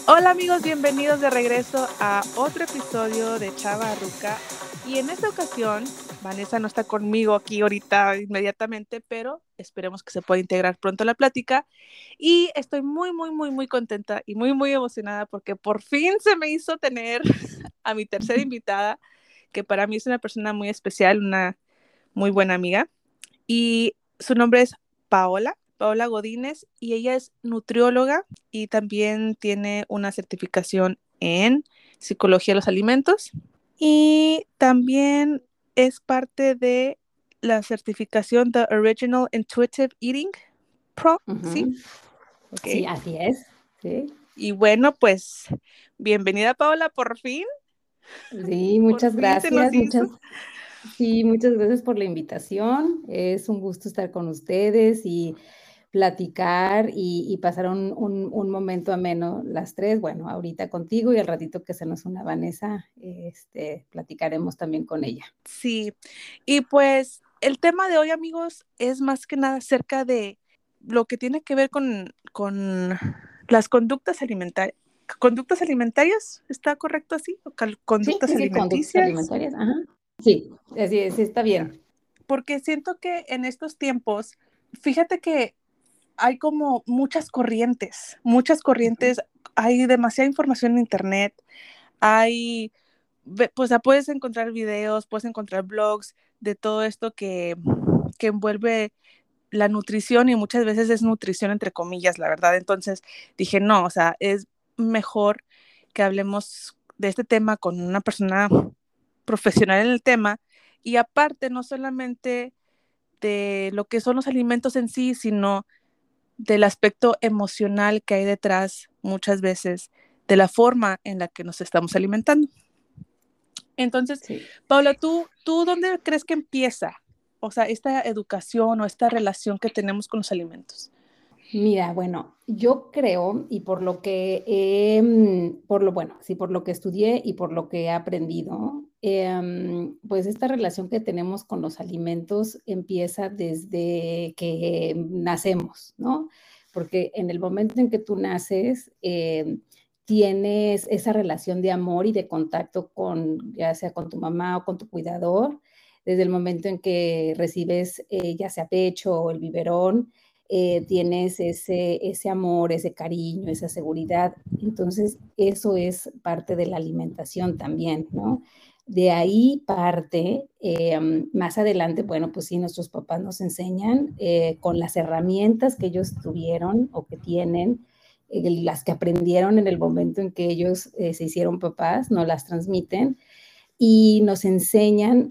Hola amigos, bienvenidos de regreso a otro episodio de Chava Ruca. Y en esta ocasión, Vanessa no está conmigo aquí ahorita inmediatamente, pero esperemos que se pueda integrar pronto a la plática. Y estoy muy contenta y muy emocionada porque por fin se me hizo tener a mi tercera invitada, que para mí es una persona muy especial, una muy buena amiga. Y su nombre es Paola Godínez, y ella es nutrióloga y también tiene una certificación en psicología de los alimentos y también es parte de la certificación de Original Intuitive Eating Pro, ¿sí? Ujú. Sí, Ok. así es. Sí, Y bueno, pues bienvenida Paola, sí, por muchas fin se nos gracias, hizo. muchas gracias por la invitación. Es un gusto estar con ustedes y platicar y pasar un momento ameno las tres. Bueno, ahorita contigo y al ratito que se nos una Vanessa, platicaremos también con ella. Sí, y pues el tema de hoy, amigos, es más que nada acerca de lo que tiene que ver con las conductas alimentarias, ¿está correcto así? Conductas Sí, conductas alimenticias, alimentarias. Ajá. Sí, así es, sí, está bien. porque siento que en estos tiempos, fíjate que hay como muchas corrientes, hay demasiada información en internet, hay pues ya puedes encontrar videos, puedes encontrar blogs de todo esto que envuelve la nutrición y muchas veces es nutrición entre comillas, la verdad. Entonces dije, no, o sea, es mejor que hablemos de este tema con una persona profesional en el tema y aparte no solamente de lo que son los alimentos en sí, sino del aspecto emocional que hay detrás muchas veces de la forma en la que nos estamos alimentando. Entonces, Sí. Paula, ¿tú dónde crees que empieza? O sea, esta educación o esta relación que tenemos con los alimentos. Mira, bueno, yo creo, y por lo que, bueno, sí, por lo que estudié y por lo que he aprendido, pues esta relación que tenemos con los alimentos empieza desde que nacemos, ¿no? Porque en el momento en que tú naces, tienes esa relación de amor y de contacto con, ya sea con tu mamá o con tu cuidador, desde el momento en que recibes, ya sea pecho o el biberón, tienes ese amor, ese cariño, esa seguridad. Entonces, eso es parte de la alimentación también, ¿no? De ahí parte, más adelante, bueno, pues sí, nuestros papás nos enseñan con las herramientas que ellos tuvieron o que tienen, las que aprendieron en el momento en que ellos se hicieron papás, nos las transmiten y nos enseñan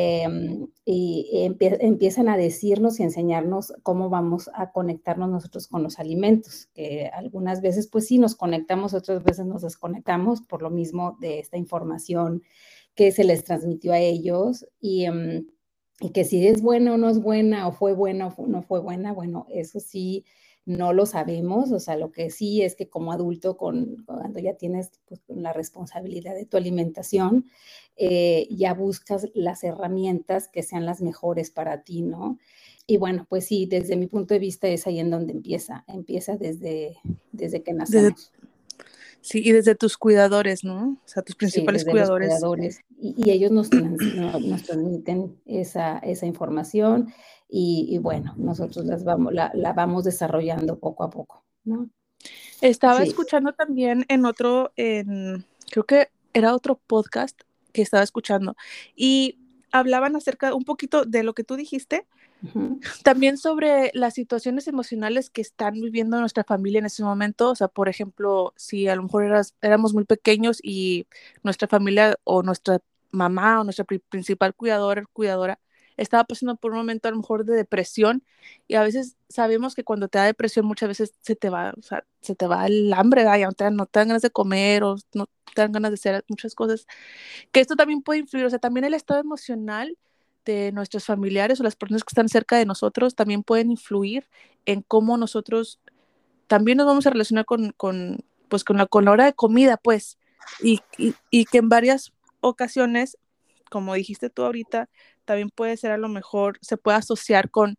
empiezan a decirnos y enseñarnos cómo vamos a conectarnos nosotros con los alimentos, que algunas veces pues sí nos conectamos, otras veces nos desconectamos por lo mismo de esta información que se les transmitió a ellos y que si es buena o no es buena, o fue buena o no fue buena, bueno, eso sí no lo sabemos, o sea, lo que sí es que como adulto, cuando ya tienes pues, la responsabilidad de tu alimentación, ya buscas las herramientas que sean las mejores para ti, ¿no? Y bueno, pues sí, desde mi punto de vista es ahí en donde empieza desde que Desde, nacemos. sí, y desde tus cuidadores, ¿no? O sea, tus Sí, principales desde los cuidadores. cuidadores. Y ellos nos transmiten esa información y bueno, nosotros la vamos desarrollando poco a poco, ¿no? Estaba Sí. escuchando también creo que era otro podcast que estaba escuchando y hablaban acerca un poquito de lo que tú dijiste, Uh-huh. también sobre las situaciones emocionales que están viviendo nuestra familia en ese momento. O sea, por ejemplo, si a lo mejor éramos muy pequeños y nuestra familia o nuestra mamá o nuestra principal cuidadora estaba pasando por un momento a lo mejor de depresión y a veces sabemos que cuando te da depresión muchas veces se te va, o sea, se te va el hambre, ¿verdad? Ya no te dan ganas de comer o no te dan ganas de hacer muchas cosas, que esto también puede influir, o sea, también el estado emocional de nuestros familiares o las personas que están cerca de nosotros también pueden influir en cómo nosotros también nos vamos a relacionar pues, con la hora de comida, pues, y que en varias ocasiones, como dijiste tú ahorita, también puede ser a lo mejor, se puede asociar con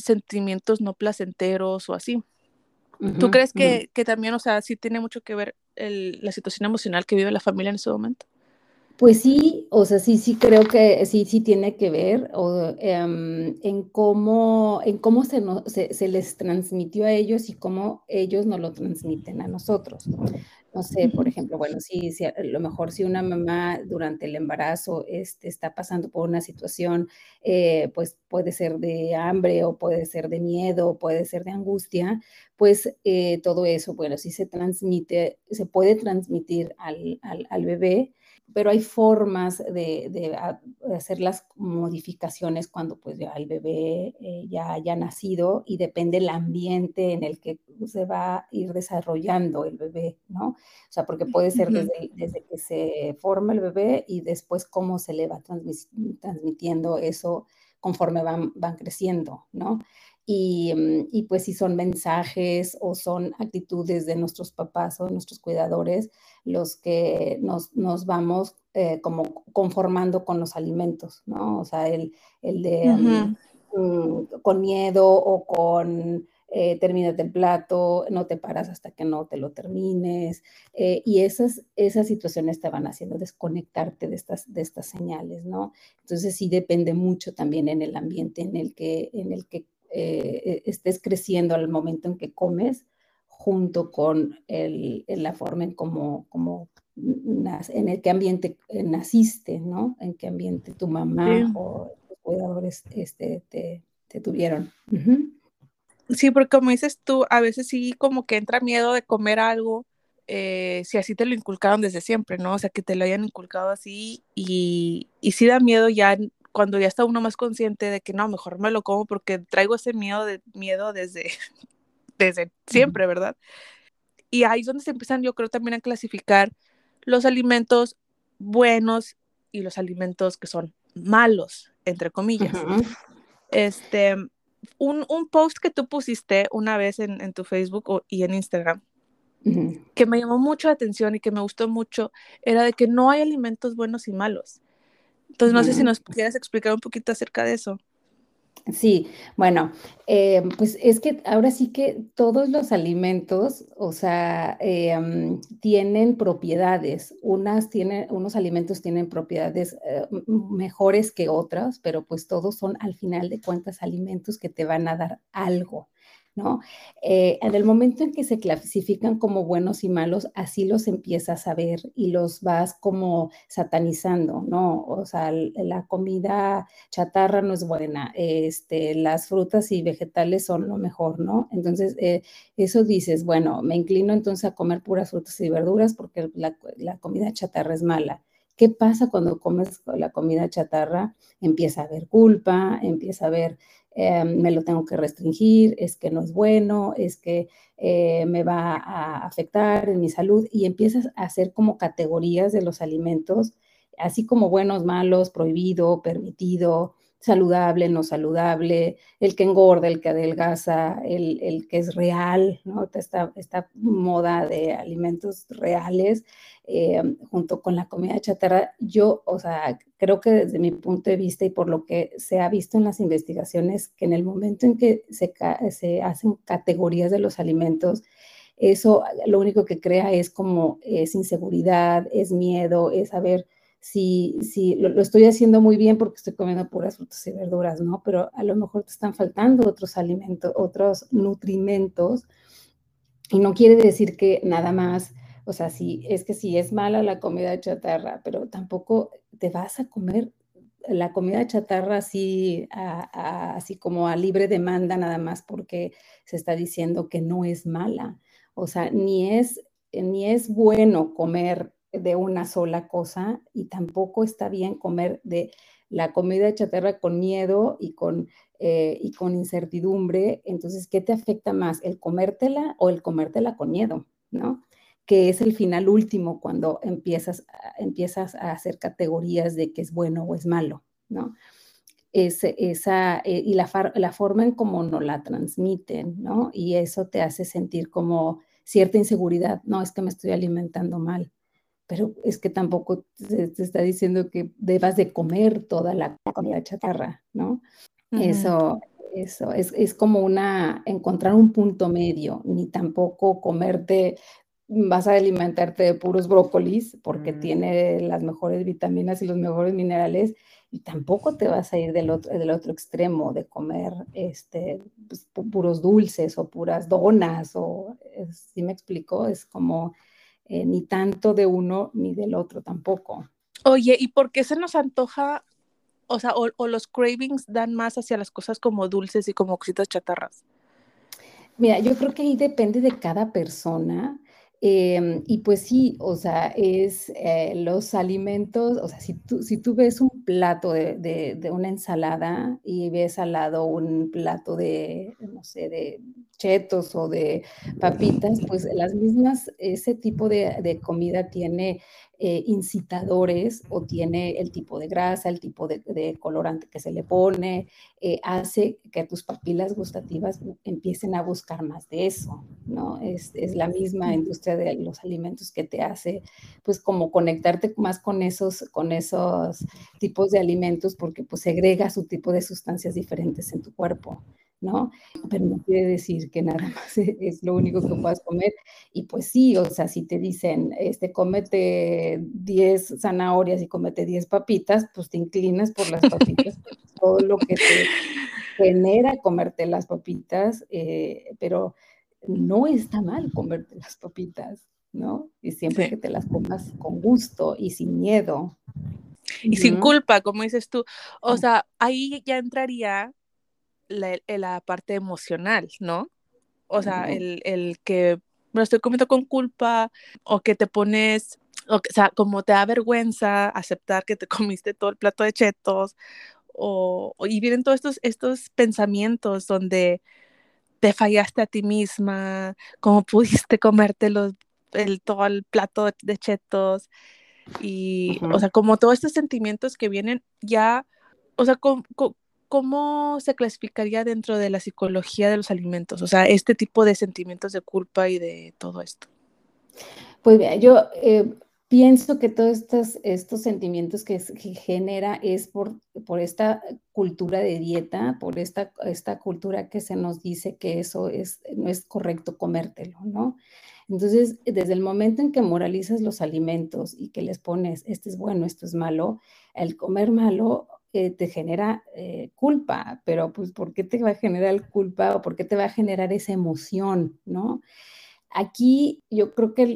sentimientos no placenteros o así. ¿Tú Uh-huh, crees uh-huh. que también, o sea, sí tiene mucho que ver la situación emocional que vive la familia en ese momento? Pues sí, o sea, sí creo que sí tiene que ver, en cómo se les transmitió a ellos y cómo ellos nos lo transmiten a nosotros. No sé, por Ujú, ejemplo, bueno, sí, a lo mejor si una mamá durante el embarazo, está pasando por una situación, pues, puede ser de hambre, o puede ser de miedo, o puede ser de angustia, pues, todo eso, bueno, sí se puede transmitir al bebé, pero hay formas de hacer las modificaciones cuando pues ya el bebé ya haya nacido, y depende el ambiente en el que se va a ir desarrollando el bebé, ¿no? O sea, porque puede ser ujú, desde que se forma el bebé, y después cómo se le va transmitiendo eso conforme van creciendo, ¿no? Y pues si son mensajes o son actitudes de nuestros papás o nuestros cuidadores, los que nos vamos como conformando con los alimentos, ¿no? O sea, el de ujú. con miedo, o con termínate el plato, no te paras hasta que no te lo termines, y esas situaciones te van haciendo desconectarte de estas señales, ¿no? Entonces sí depende mucho también en el ambiente en el que estés creciendo al momento en que comes, junto con la forma en en el qué ambiente naciste, ¿no? En qué ambiente tu mamá Sí. o tus cuidadores te tuvieron. Ujú. Sí, porque como dices tú, a veces sí como que entra miedo de comer algo, si así te lo inculcaron desde siempre, ¿no? O sea, que te lo hayan inculcado así y sí da miedo ya cuando ya está uno más consciente de que no, mejor me lo como porque traigo ese miedo desde, desde Ujú. siempre, ¿verdad? Y ahí es donde se empiezan, yo creo, también a clasificar los alimentos buenos y los alimentos que son malos, entre comillas. Ujú. Este, un post que tú pusiste una vez en tu Facebook y en Instagram, Ujú. que me llamó mucho la atención y que me gustó mucho, era de que no hay alimentos buenos y malos. Entonces, no sé si Ujú. nos pudieras explicar un poquito acerca de eso. Sí, bueno, pues es que ahora sí que todos los alimentos, o sea, tienen propiedades. Unos alimentos tienen propiedades mejores que otras, pero pues todos son al final de cuentas alimentos que te van a dar algo, ¿no? En el momento en que se clasifican como buenos y malos, así los empiezas a ver y los vas como satanizando, ¿no? O sea, la comida chatarra no es buena, las frutas y vegetales son lo mejor, ¿no? Entonces, eso dices, bueno, me inclino entonces a comer puras frutas y verduras porque la comida chatarra es mala. ¿Qué pasa cuando comes la comida chatarra? Empieza a haber culpa, empieza a haber, me lo tengo que restringir, es que no es bueno, es que me va a afectar en mi salud, y empiezas a hacer como categorías de los alimentos, así como buenos, malos, prohibido, permitido, saludable, no saludable, el que engorda, el que adelgaza, el que es real, ¿no? Esta moda de alimentos reales, junto con la comida chatarra. Yo, o sea, creo que desde mi punto de vista y por lo que se ha visto en las investigaciones, que en el momento en que se hacen categorías de los alimentos, eso lo único que crea es inseguridad, es miedo, es saber si lo estoy haciendo muy bien porque estoy comiendo puras frutas y verduras, ¿no? Pero a lo mejor te están faltando otros alimentos, otros nutrimentos, y no quiere decir que nada más, o sea, si es mala la comida chatarra, pero tampoco te vas a comer la comida chatarra así, así como a libre demanda, nada más porque se está diciendo que no es mala. O sea, ni es bueno comer de una sola cosa, y tampoco está bien comer de la comida chatarra con miedo y con incertidumbre. Entonces, ¿qué te afecta más? ¿El comértela o el comértela con miedo? ¿No? Que es el final último cuando empiezas a hacer categorías de qué es bueno o es malo, ¿no? Y la forma en cómo nos la transmiten, ¿no? Y eso te hace sentir como cierta inseguridad, no, es que me estoy alimentando mal, pero es que tampoco te está diciendo que debas de comer toda la comida chatarra, ¿no? Ujú. Eso es como encontrar un punto medio, ni tampoco comerte vas a alimentarte de puros brócolis porque tiene las mejores vitaminas y los mejores minerales, y tampoco te vas a ir del otro extremo de comer pues, puros dulces o puras donas, ¿sí me explico? Es como ni tanto de uno ni del otro tampoco. Oye, ¿y por qué se nos antoja, o sea, o los cravings dan más hacia las cosas como dulces y como cositas chatarras? Mira, yo creo que ahí depende de cada persona. Y pues sí, o sea, es los alimentos, o sea, si tú ves un plato de una ensalada y ves al lado un plato de, no sé, de chetos o de papitas, pues las mismas, ese tipo de comida tiene incitadores o tiene el tipo de grasa, el tipo de colorante que se le pone, hace que tus papilas gustativas empiecen a buscar más de eso, ¿no? Es la misma industria de los alimentos que te hace, pues, como conectarte más con esos tipos de alimentos, porque, pues, segrega su tipo de sustancias diferentes en tu cuerpo, ¿no? Pero no quiere decir que nada más es lo único que puedas comer. Y pues sí, o sea, si te dicen, cómete 10 zanahorias y cómete 10 papitas, pues te inclinas por las papitas, todo lo que te genera comerte las papitas, pero no está mal comerte las papitas, ¿no? Y siempre Sí. que te las comas con gusto y sin miedo. Y sin Ujú. culpa, como dices tú. O sea, ahí ya entraría la parte emocional, ¿no? O sea, Ujú. el que me lo estoy comiendo con culpa o que te pones, o sea, como te da vergüenza aceptar que te comiste todo el plato de chetos y vienen todos estos pensamientos donde te fallaste a ti misma, cómo pudiste comerte todo el plato de chetos y, o Ujú. sea, como todos estos sentimientos que vienen ya, o sea, ¿cómo se clasificaría dentro de la psicología de los alimentos? O sea, este tipo de sentimientos de culpa y de todo esto. Pues mira, yo pienso que todos estos sentimientos que genera es por esta cultura de dieta, por esta cultura que se nos dice que eso no es correcto comértelo, ¿no? Entonces, desde el momento en que moralizas los alimentos y que les pones, esto es bueno, esto es malo, el comer malo te genera culpa, pero pues ¿por qué te va a generar culpa o por qué te va a generar esa emoción, ¿no? Aquí yo creo que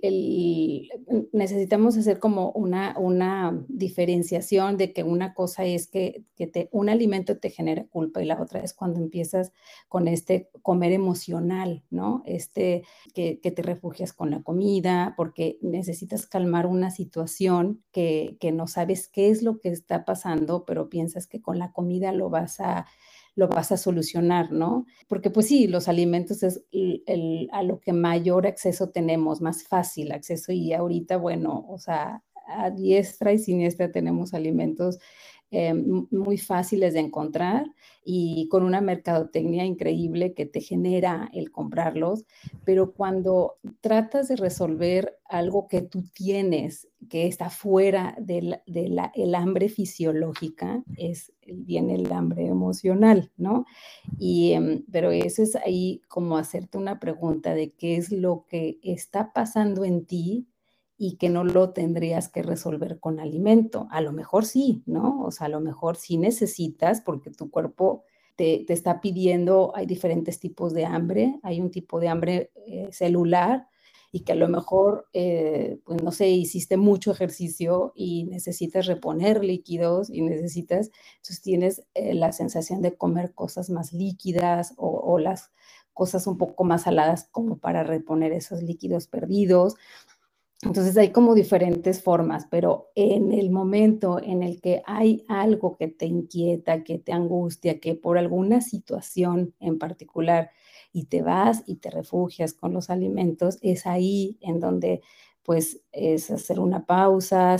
necesitamos hacer como una diferenciación de que una cosa es que un alimento te genera culpa y la otra es cuando empiezas con este comer emocional, ¿no? Que te refugias con la comida porque necesitas calmar una situación que no sabes qué es lo que está pasando, pero piensas que con la comida lo vas a solucionar, ¿no? Porque pues sí, los alimentos es a lo que mayor acceso tenemos, más fácil acceso y ahorita, bueno, o sea, a diestra y siniestra tenemos alimentos muy fáciles de encontrar y con una mercadotecnia increíble que te genera el comprarlos, pero cuando tratas de resolver algo que tú tienes, que está fuera el hambre fisiológica, viene el hambre emocional, ¿no? Pero eso es ahí como hacerte una pregunta de qué es lo que está pasando en ti y que no lo tendrías que resolver con alimento. A lo mejor sí, ¿no? O sea, a lo mejor sí necesitas porque tu cuerpo te está pidiendo, hay diferentes tipos de hambre, hay un tipo de hambre celular y que a lo mejor, pues no sé, hiciste mucho ejercicio y necesitas reponer líquidos y entonces tienes la sensación de comer cosas más líquidas o las cosas un poco más saladas como para reponer esos líquidos perdidos. Entonces hay como diferentes formas, pero en el momento en el que hay algo que te inquieta, que te angustia, que por alguna situación en particular y te vas y te refugias con los alimentos, es ahí en donde pues es hacer una pausa,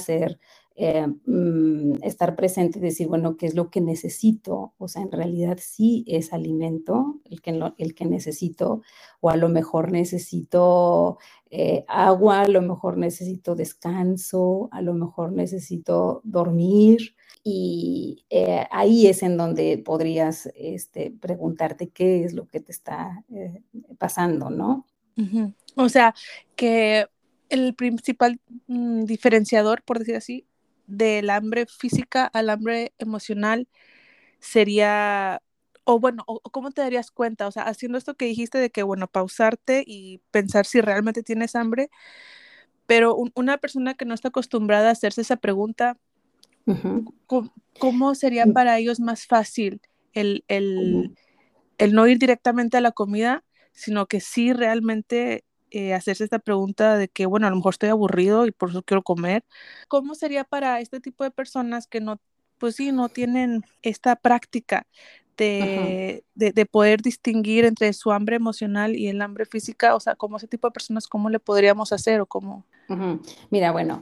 estar presente y decir, bueno, ¿qué es lo que necesito? O sea, en realidad sí es alimento el que necesito, o a lo mejor necesito agua, a lo mejor necesito descanso, a lo mejor necesito dormir. Y ahí es en donde podrías preguntarte qué es lo que te está pasando, ¿no? Ujú. O sea, que el principal diferenciador, por decir así, del hambre física al hambre emocional sería, o bueno, o cómo te darías cuenta, o sea, haciendo esto que dijiste de que, bueno, pausarte y pensar si realmente tienes hambre, pero una persona que no está acostumbrada a hacerse esa pregunta, Ujú, ¿cómo sería mm, para ellos más fácil el, el, ujú. el no ir directamente a la comida, sino que sí realmente hacerse esta pregunta de que, bueno, a lo mejor estoy aburrido y por eso quiero comer? ¿Cómo sería para este tipo de personas que no, pues sí, no tienen esta práctica Ujú, de poder distinguir entre su hambre emocional y el hambre física? O sea, como ese tipo de personas, ¿cómo le podríamos hacer o cómo? ujú. Mira, bueno,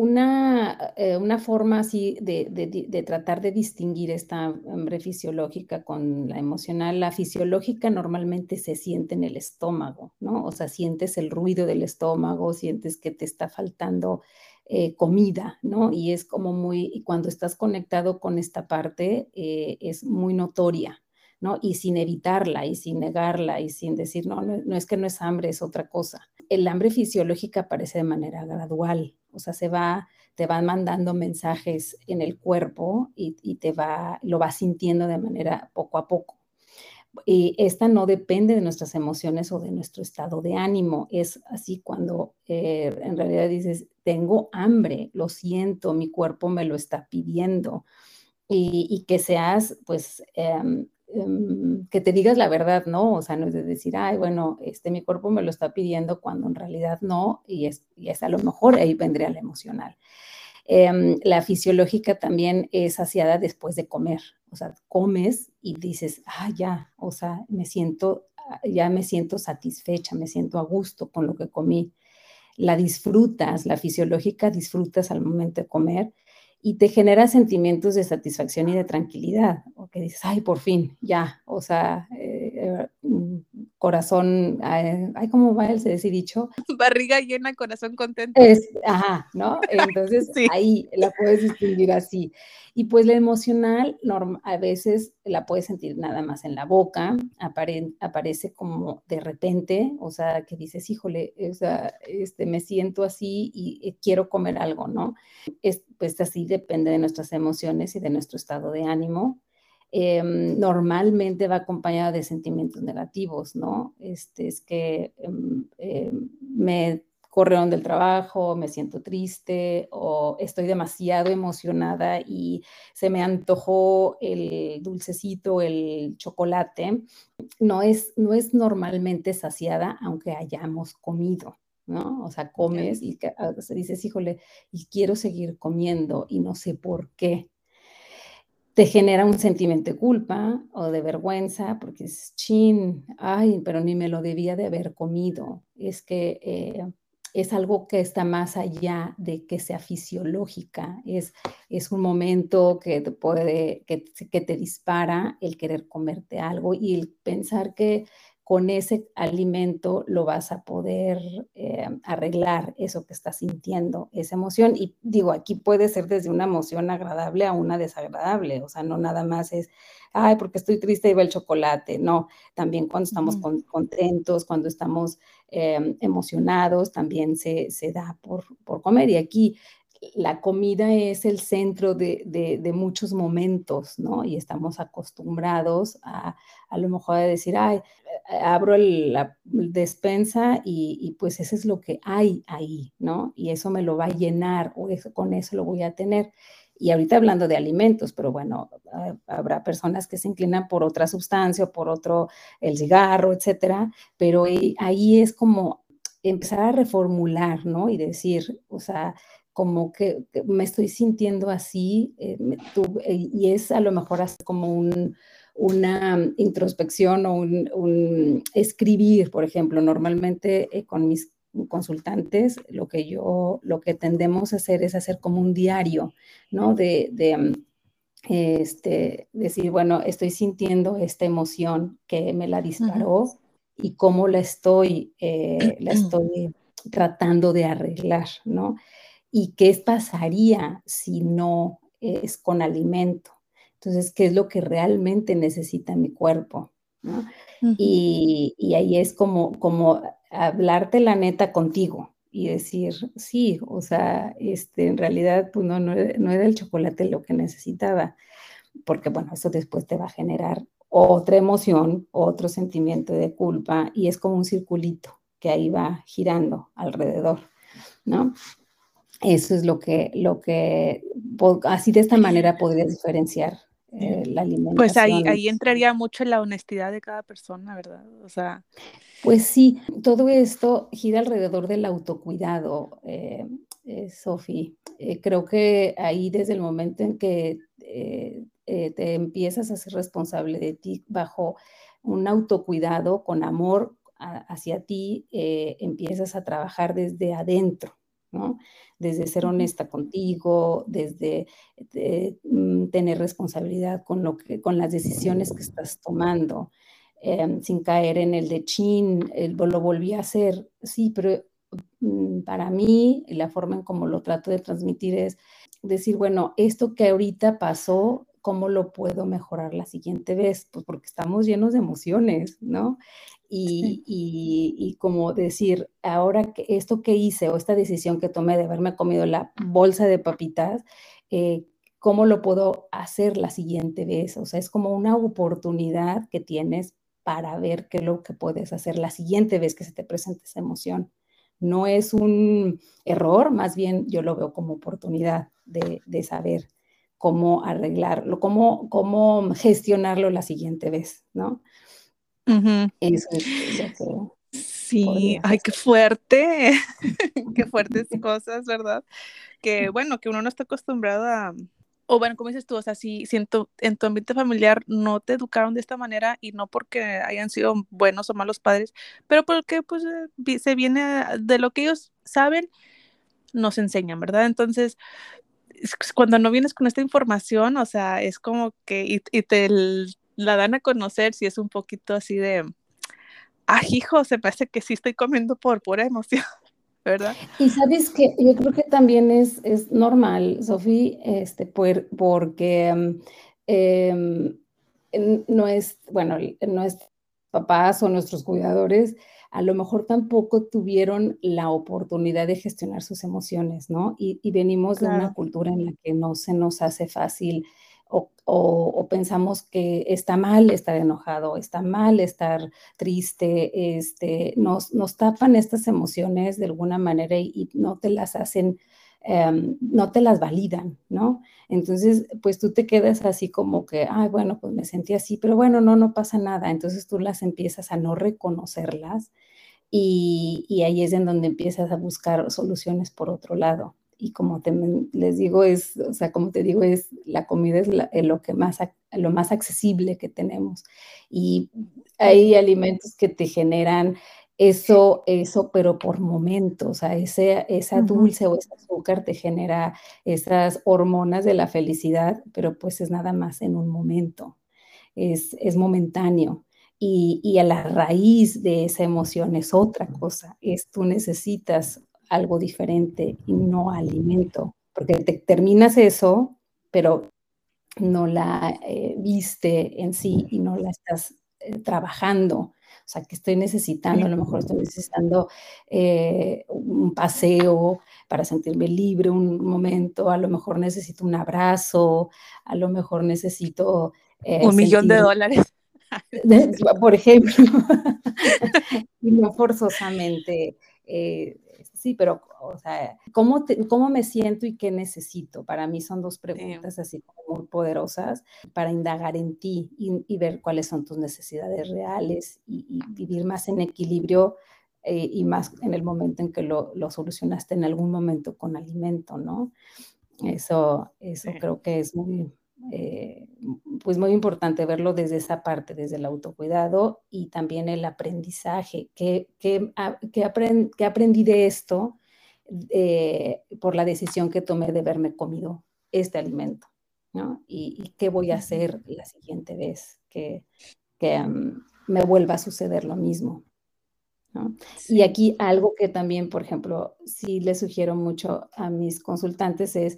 una forma así de tratar de distinguir esta hambre fisiológica con la emocional, la fisiológica normalmente se siente en el estómago, ¿no? O sea, sientes el ruido del estómago, sientes que te está faltando comida, ¿no? Y es como muy, y cuando estás conectado con esta parte, es muy notoria, ¿no? Y sin evitarla, y sin negarla, y sin decir, no, no, no es que no es hambre, es otra cosa. El hambre fisiológica aparece de manera gradual, o sea, te van mandando mensajes en el cuerpo y lo vas sintiendo de manera poco a poco. Y esta no depende de nuestras emociones o de nuestro estado de ánimo. Es así cuando en realidad dices, tengo hambre, lo siento, mi cuerpo me lo está pidiendo. Y que seas, pues, que te digas la verdad, ¿no? O sea, no es de decir, ay, bueno, mi cuerpo me lo está pidiendo cuando en realidad no, y es a lo mejor ahí vendría la emocional. La fisiológica también es saciada después de comer, o sea, comes y dices, ah, ya, o sea, ya me siento satisfecha, me siento a gusto con lo que comí. La disfrutas, la fisiológica disfrutas al momento de comer y te genera sentimientos de satisfacción y de tranquilidad, o que dices, ay, por fin, ya, o sea, corazón, ay, ¿cómo va ese dicho? Barriga llena, corazón contento. Es ajá, ¿no? Entonces, Sí. ahí la puedes distinguir así. Y, pues, la emocional, a veces la puedes sentir nada más en la boca, aparece como de repente, o sea, que dices: "Híjole, o sea, me siento así y, quiero comer algo", ¿no? Pues, así depende de nuestras emociones y de nuestro estado de ánimo. Normalmente va acompañada de sentimientos negativos, ¿no? Es que, me corrieron del trabajo, me siento triste o estoy demasiado emocionada y se me antojó el dulcecito, el chocolate, no es normalmente saciada aunque hayamos comido, ¿no? O sea, Ya. comes y o sea, dices, híjole, y quiero seguir comiendo y no sé por qué. Te genera un sentimiento de culpa o de vergüenza, porque dices: "Chin, ay, pero ni me lo debía de haber comido". Es que, es algo que está más allá de que sea fisiológica, es un momento que te puede que te dispara el querer comerte algo y el pensar que con ese alimento lo vas a poder, arreglar eso que estás sintiendo, esa emoción. Y digo, aquí puede ser desde una emoción agradable a una desagradable, o sea, no nada más es, ay, porque estoy triste y va el chocolate, no, también cuando estamos Ujú. contentos, cuando estamos emocionados, también se da por comer. Y aquí la comida es el centro de muchos momentos, ¿no? Y estamos acostumbrados a lo mejor a decir, ay, abro la despensa y pues eso es lo que hay ahí, ¿no? Y eso me lo va a llenar o eso, con eso lo voy a tener. Y ahorita hablando de alimentos, pero bueno, habrá personas que se inclinan por otra sustancia, por otro, el cigarro, etcétera, pero ahí es como empezar a reformular, ¿no? Y decir, o sea, como que me estoy sintiendo así, y es a lo mejor así como una introspección o un escribir, por ejemplo, normalmente con mis consultantes, lo que tendemos a hacer es hacer como un diario, ¿no? Decir, bueno, estoy sintiendo esta emoción que me la Ujú. disparó y cómo la estoy tratando de arreglar, ¿no? Y qué pasaría si no es con alimento. Entonces, ¿qué es lo que realmente necesita mi cuerpo? ¿no? Ujú. Y ahí es como hablarte la neta contigo y decir, sí, o sea, en realidad, pues no era el chocolate lo que necesitaba, porque bueno, eso después te va a generar otra emoción, otro sentimiento de culpa, y es como un circulito que ahí va girando alrededor, ¿no? Eso es así de esta manera podrías diferenciar Sí. la Pues alimentación. ahí entraría mucho la honestidad de cada persona, ¿verdad? O sea, Pues sí, todo esto gira alrededor del autocuidado, Sofi. Creo que ahí desde el momento en que te empiezas a ser responsable de ti bajo un autocuidado con amor hacia ti, empiezas a trabajar desde adentro, ¿no? Desde ser ujú, honesta contigo, desde tener responsabilidad con las decisiones que estás tomando, sin caer en el de chin, lo volví a hacer. Sí, pero para mí, la forma en cómo lo trato de transmitir es decir, bueno, esto que ahorita pasó, ¿cómo lo puedo mejorar la siguiente vez? Pues porque estamos llenos de emociones, ¿no? sí. Y como decir, ahora que esto que hice o esta decisión que tomé de haberme comido la bolsa de papitas, ¿cómo lo puedo hacer la siguiente vez? O sea, es como una oportunidad que tienes para ver qué es lo que puedes hacer la siguiente vez que se te presente esa emoción. No es un error, más bien yo lo veo como oportunidad de saber cómo arreglarlo, cómo gestionarlo la siguiente vez, ¿no? Ujú. Eso es lo que Sí, podrías ay, qué hacer. fuerte, qué fuertes cosas, ¿verdad? Que bueno, que uno no está acostumbrado a, o bueno, como dices tú, o sea, si en tu ambiente familiar no te educaron de esta manera y no porque hayan sido buenos o malos padres, pero porque pues se viene de lo que ellos saben, nos enseñan, ¿verdad? Entonces, cuando no vienes con esta información, o sea, es como que, y la dan a conocer si es un poquito así de, ah, hijo, se me hace que sí estoy comiendo por pura emoción, ¿verdad? Y sabes que yo creo que también es normal, Sofía, porque no es, bueno, nuestros papás o nuestros cuidadores a lo mejor tampoco tuvieron la oportunidad de gestionar sus emociones, ¿no? Y venimos de una Claro. cultura en la que no se nos hace fácil o pensamos que está mal estar enojado, está mal estar triste, nos tapan estas emociones de alguna manera y no te las hacen, no te las validan, ¿no? Entonces, pues tú te quedas así como que, ay, bueno, pues me sentí así, pero bueno, no pasa nada. Entonces tú las empiezas a no reconocerlas y ahí es en donde empiezas a buscar soluciones por otro lado. Y como les digo, o sea, como te digo, la comida es lo más accesible que tenemos. Y hay alimentos que te generan eso, pero por momentos, o sea, esa Ujú. dulce o ese azúcar te genera esas hormonas de la felicidad, pero pues es nada más en un momento, es momentáneo. Y a la raíz de esa emoción es otra cosa, tú necesitas algo diferente y no alimento, porque te terminas eso, pero no la viste en sí y no la estás trabajando. O sea, que estoy necesitando, a Sí. lo mejor estoy necesitando un paseo para sentirme libre un momento, a lo mejor necesito un abrazo, a lo mejor necesito 1 millón de sentir dólares. No es cierto. por ejemplo, y no forzosamente, sí, pero, o sea, ¿cómo me siento y qué necesito? Para mí son 2 Sí. preguntas así como muy poderosas para indagar en ti y ver cuáles son tus necesidades reales y vivir más en equilibrio, y más en el momento en que lo solucionaste en algún momento con alimento, ¿no? Eso Sí. creo que es muy, eh, pues muy importante verlo desde esa parte, desde el autocuidado y también el aprendizaje. ¿Qué aprendí de esto por la decisión que tomé de haberme comido este alimento? ¿No? Y qué voy a Ujú. hacer la siguiente vez que me vuelva a suceder lo mismo, ¿no? Y Sí. aquí algo que también, por ejemplo, sí le sugiero mucho a mis consultantes es,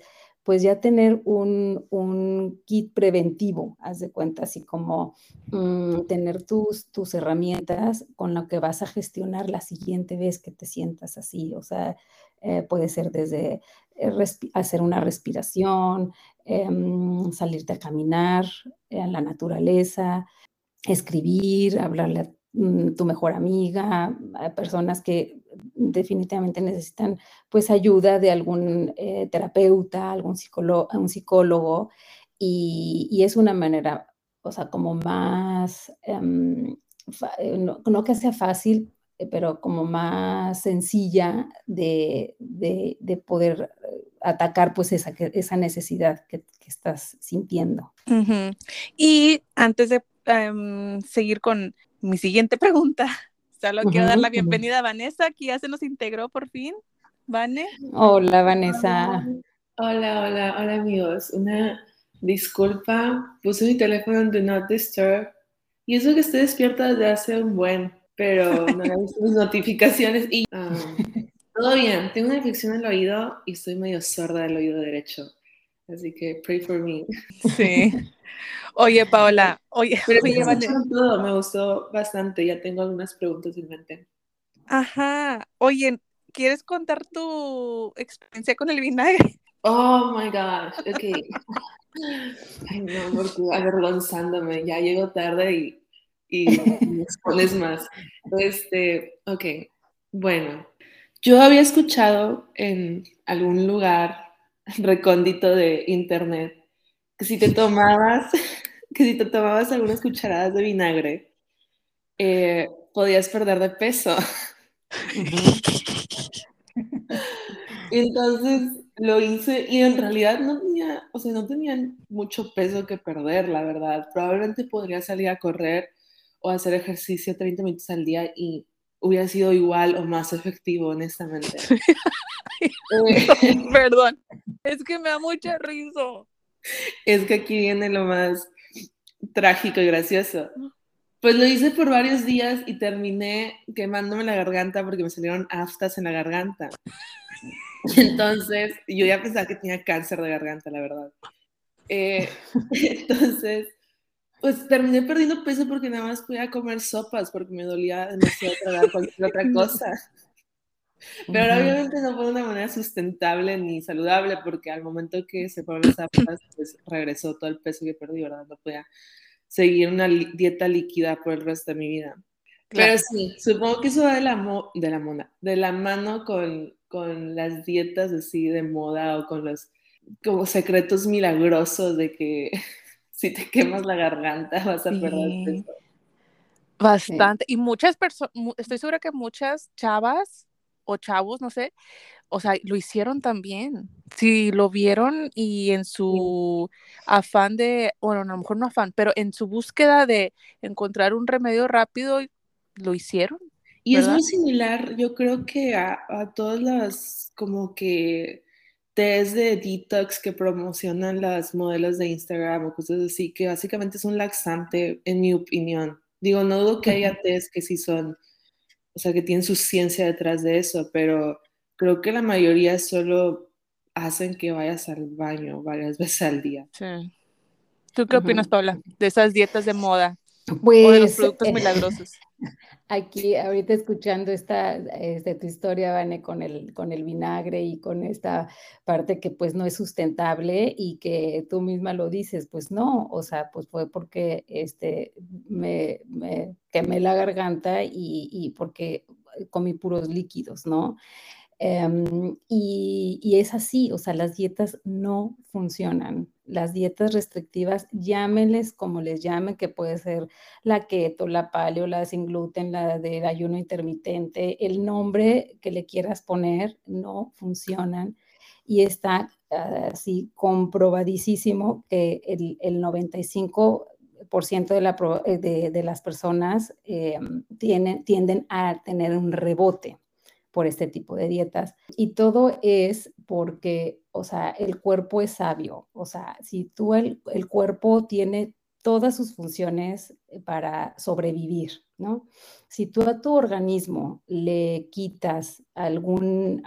pues ya tener un kit preventivo, haz de cuenta, así como tener tus herramientas con lo que vas a gestionar la siguiente vez que te sientas así. O sea, puede ser desde hacer una respiración, salirte a caminar en la naturaleza, escribir, hablarle a tu mejor amiga, a personas que definitivamente necesitan, pues, ayuda de algún, terapeuta, un psicólogo, y es una manera, o sea, como más, no que sea fácil, pero como más sencilla de poder atacar, pues, esa necesidad que estás sintiendo. Ujú. Y antes de seguir con mi siguiente pregunta, solo quiero dar la Ujú, ujú. bienvenida a Vanessa, que ya se nos integró por fin. Vane. Hola, Hola, Vanessa. hola amigos. Una disculpa, puse mi teléfono en Do Not Disturb y eso que estoy despierta desde hace un buen, pero no he visto mis notificaciones y todo bien. Tengo una infección en el oído y estoy medio sorda del oído derecho, así que pray for me. Sí. Oye, Paola, oye, Pero oye, me Vane. escucharon todo, me gustó bastante. Ya tengo algunas preguntas en mente. Ajá. Oye, ¿quieres contar tu experiencia con el vinagre? Oh my gosh, ok. Ay, no, porque avergonzándome, ya llego tarde y me expones más. Ok, bueno, yo había escuchado en algún lugar recóndito de internet que si te tomabas, que si te tomabas algunas cucharadas de vinagre, podías perder de peso. Ujú. Entonces lo hice y en realidad no tenía, o sea, no tenían mucho peso que perder, la verdad. Probablemente podría salir a correr o hacer ejercicio 30 minutos al día y hubiera sido igual o más efectivo, honestamente. Perdón, es que me da mucha risa. Es que aquí viene lo más trágico y gracioso. Pues lo hice por varios días y terminé quemándome la garganta porque me salieron aftas en la garganta. Entonces, yo ya pensaba que tenía cáncer de garganta, la verdad. Entonces, pues terminé perdiendo peso porque nada más podía comer sopas porque me dolía demasiado tragar cualquier otra No. cosa. Pero Ujú. obviamente no fue de una manera sustentable ni saludable porque al momento que se fueron las aftas, pues regresó todo el peso que perdí, ¿verdad? No podía seguir una dieta líquida por el resto de mi vida. Pero Claro. sí, supongo que eso va de la mano con las dietas así de moda o con los como secretos milagrosos de que si te quemas la garganta vas a perder Sí, peso. Sí, bastante. Y muchas personas, estoy segura que muchas chavas o chavos, no sé, o sea, lo hicieron también. Si lo vieron y en sí, su afán de, bueno, a lo mejor no afán, pero en su búsqueda de encontrar un remedio rápido, lo hicieron, Y es ¿verdad? muy similar, yo creo que a todas las como que test de detox que promocionan las modelos de Instagram o cosas así, que básicamente es un laxante, en mi opinión. Digo, no dudo que haya test que sí son, o sea, que tienen su ciencia detrás de eso, pero creo que la mayoría solo hacen que vayas al baño varias veces al día. Sí. ¿Tú qué opinas, ujú. Paula, de esas dietas de moda o de los Pues productos milagrosos? aquí ahorita escuchando tu historia, Vane, con el vinagre y con esta parte que pues no es sustentable y que tú misma lo dices, pues no, o sea, pues fue porque me quemé la garganta y porque comí puros líquidos, ¿no? Y es así, o sea, las dietas no funcionan. Las dietas restrictivas, llámenles como les llamen, que puede ser la keto, la paleo, la sin gluten, la del ayuno intermitente, el nombre que le quieras poner, no funcionan. Y está así comprobadísimo que el 95% de las personas tienden a tener un rebote por este tipo de dietas. Y todo es porque, o sea, el cuerpo es sabio. O sea, si tú el cuerpo tiene todas sus funciones para sobrevivir. ¿no? Si tú a tu organismo le quitas algún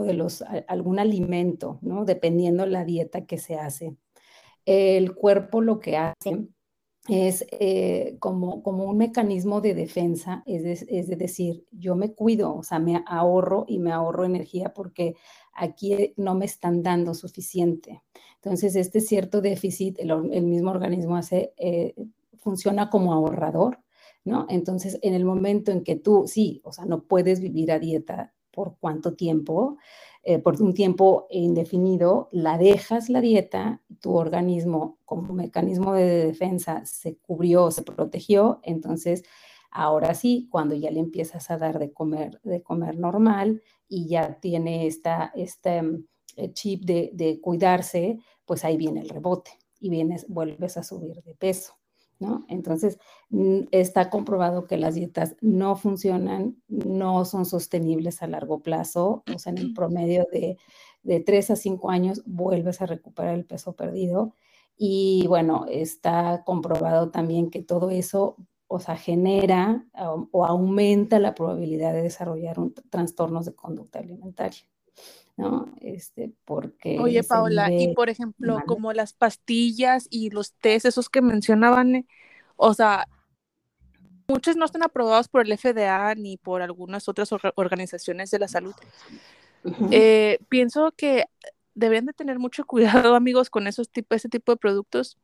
alimento, ¿no? Dependiendo la dieta que se hace, el cuerpo lo que hace es como un mecanismo de defensa, es de decir, yo me cuido, o sea, me ahorro y me ahorro energía porque aquí no me están dando suficiente. Entonces, este cierto déficit, el mismo organismo funciona como ahorrador, ¿no? Entonces, en el momento en que tú, sí, o sea, no puedes vivir a dieta por cuánto tiempo, por un tiempo indefinido, la dejas la dieta, tu organismo como mecanismo de defensa se cubrió, se protegió, entonces ahora sí, cuando ya le empiezas a dar de comer normal y ya tiene este chip de cuidarse, pues ahí viene el rebote y vuelves a subir de peso, ¿no? Entonces, está comprobado que las dietas no funcionan, no son sostenibles a largo plazo, o sea, en el promedio de 3 a 5 años vuelves a recuperar el peso perdido. Y bueno, está comprobado también que todo eso, o sea, genera o aumenta la probabilidad de desarrollar trastornos de conducta alimentaria, ¿no? Porque Oye, se Paola, y vive por ejemplo, mal. como las pastillas y los tés, esos que mencionaban, o sea, muchos no están aprobados por el FDA ni por algunas otras organizaciones de la salud. Ujú. Pienso que deberían de tener mucho cuidado, amigos, con ese tipo de productos,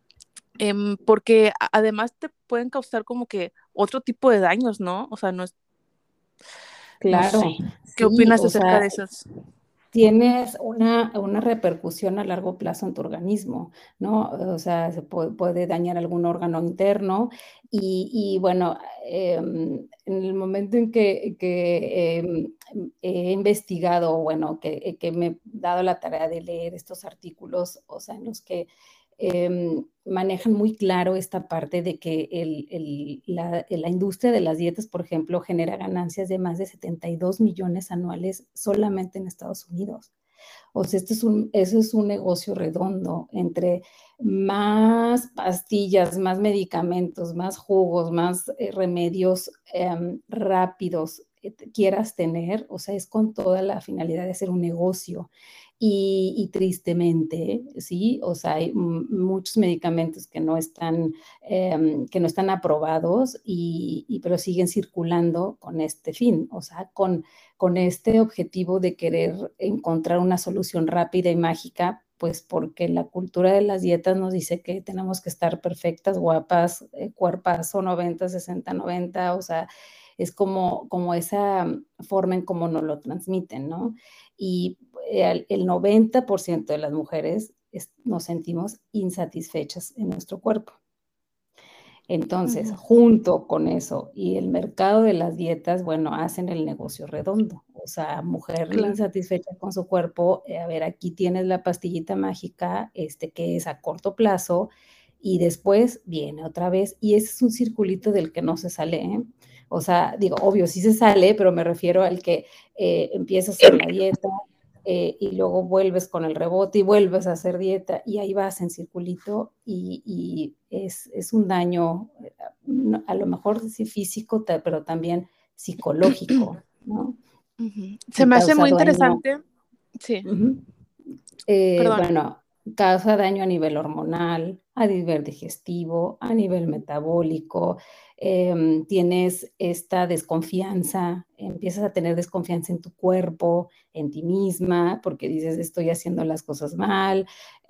porque además te pueden causar como que otro tipo de daños, ¿no? O sea, no sé. Claro, ¿Qué sí, opinas o acerca sea, de esos? tienes una repercusión a largo plazo en tu organismo, ¿no? O sea, se puede dañar algún órgano interno y bueno, en el momento en que he investigado, bueno, que me he dado la tarea de leer estos artículos, o sea, en los que manejan muy claro esta parte de que la industria de las dietas, por ejemplo, genera ganancias de más de 72 millones anuales solamente en Estados Unidos. O sea, eso es un negocio redondo entre más pastillas, más medicamentos, más jugos, más remedios rápidos quieras tener, o sea, es con toda la finalidad de hacer un negocio. Y tristemente, sí, o sea, hay muchos medicamentos que no están aprobados, pero siguen circulando con este fin, o sea, con este objetivo de querer encontrar una solución rápida y mágica, pues porque la cultura de las dietas nos dice que tenemos que estar perfectas, guapas, cuerpazo 90, 60, 90, o sea, es como esa forma en cómo nos lo transmiten, ¿no? Y el 90% de las mujeres nos sentimos insatisfechas en nuestro cuerpo. Entonces, junto con eso y el mercado de las dietas, bueno, hacen el negocio redondo. O sea, mujer Claro. insatisfecha con su cuerpo, a ver, aquí tienes la pastillita mágica, que es a corto plazo, y después viene otra vez, y ese es un circulito del que no se sale, ¿eh? O sea, digo, obvio, sí se sale, pero me refiero al que empiezas a hacer la dieta, y luego vuelves con el rebote y vuelves a hacer dieta y ahí vas en circulito y es un daño, a lo mejor sí físico, pero también psicológico, ¿no? Se Y me hace causa muy daño. interesante. Sí, Uh-huh. perdón. Bueno, causa daño a nivel hormonal, a nivel digestivo, a nivel metabólico. Tienes esta desconfianza, empiezas a tener desconfianza en tu cuerpo, en ti misma, porque dices, estoy haciendo las cosas mal,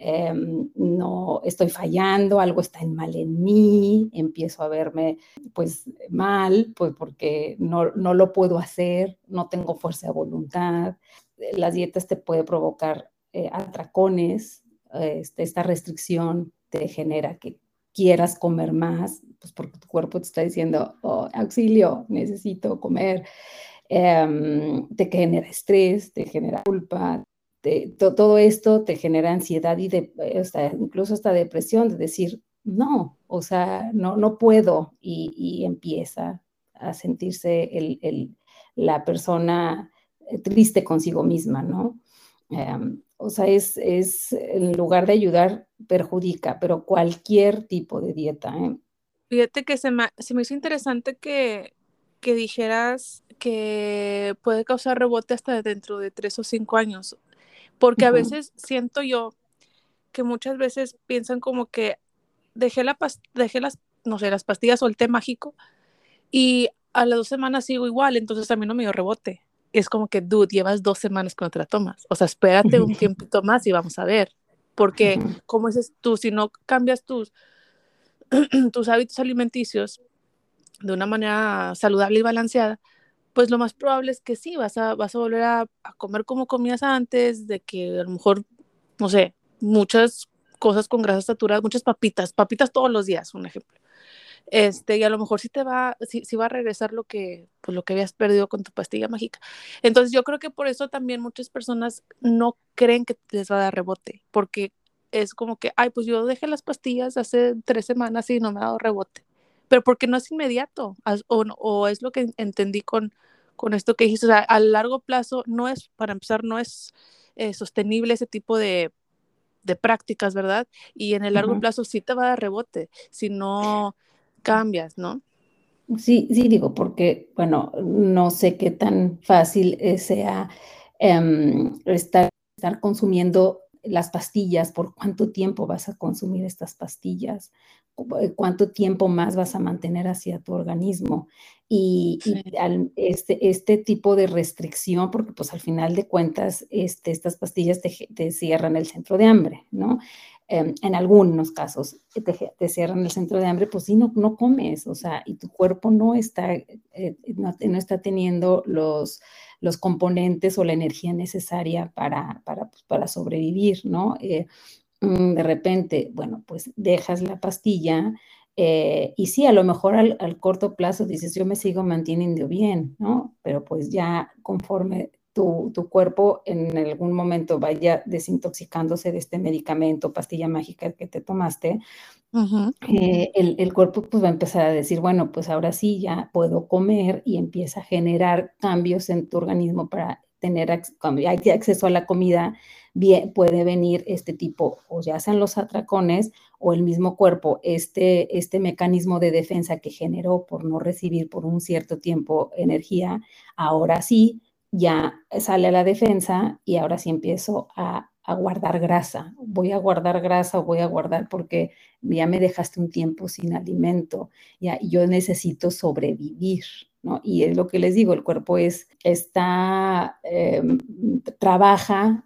no estoy fallando, algo está mal en mí, empiezo a verme pues mal, pues porque no lo puedo hacer, no tengo fuerza de voluntad. Las dietas te puede provocar atracones, esta restricción te genera que quieras comer más, pues porque tu cuerpo te está diciendo, oh, auxilio, necesito comer, te genera estrés, te genera culpa, todo esto te genera ansiedad y incluso hasta depresión, de decir, no, o sea, no puedo, y empieza a sentirse la persona triste consigo misma, ¿no? O sea, en lugar de ayudar, perjudica, pero cualquier tipo de dieta, ¿eh? Fíjate que se me hizo interesante que dijeras que puede causar rebote hasta dentro de 3 o 5 años, porque a Ujú. veces siento yo que muchas veces piensan como que dejé las, no sé, las pastillas o el té mágico y a las 2 semanas sigo igual, entonces a mí no me dio rebote. Es como que, dude, llevas 2 semanas que no te la tomas. O sea, espérate un tiempito más y vamos a ver. Porque, Ujú. como dices tú, si no cambias tus hábitos alimenticios de una manera saludable y balanceada, pues lo más probable es que sí, vas a volver a comer como comías antes, de que a lo mejor, no sé, muchas cosas con grasas saturadas, muchas papitas todos los días, un ejemplo. Y a lo mejor sí va a regresar pues lo que habías perdido con tu pastilla mágica. Entonces yo creo que por eso también muchas personas no creen que les va a dar rebote, porque es como que, ay, pues yo dejé las pastillas hace 3 semanas y no me ha dado rebote, pero porque no es inmediato, o es lo que entendí con esto que dijiste, o sea, a largo plazo no es, para empezar, no es sostenible ese tipo de prácticas, ¿verdad? Y en el largo Ujú. plazo sí te va a dar rebote si no cambias, ¿no? Sí, sí, digo, porque, bueno, no sé qué tan fácil sea estar consumiendo las pastillas, por cuánto tiempo vas a consumir estas pastillas, cuánto tiempo más vas a mantener hacia tu organismo. Sí. Este tipo de restricción, porque pues al final de cuentas, estas pastillas te cierran el centro de hambre, ¿no? En algunos casos te cierran el centro de hambre, pues sí, no comes, o sea, y tu cuerpo no está teniendo los componentes o la energía necesaria pues, para sobrevivir, ¿no? De repente, bueno, pues dejas la pastilla y sí, a lo mejor al corto plazo dices, yo me sigo manteniendo bien, ¿no? Pero pues ya conforme tu cuerpo en algún momento vaya desintoxicándose de este medicamento, pastilla mágica que te tomaste, Ujú. el cuerpo pues va a empezar a decir, bueno, pues ahora sí ya puedo comer y empieza a generar cambios en tu organismo para tener, cuando ya hay acceso a la comida, bien, puede venir este tipo, o ya sean los atracones o el mismo cuerpo, este mecanismo de defensa que generó por no recibir por un cierto tiempo energía, ahora sí ya sale a la defensa y ahora sí empiezo a guardar grasa. Voy a guardar grasa o voy a guardar porque ya me dejaste un tiempo sin alimento, ya, y yo necesito sobrevivir, ¿no? Y es lo que les digo, el cuerpo trabaja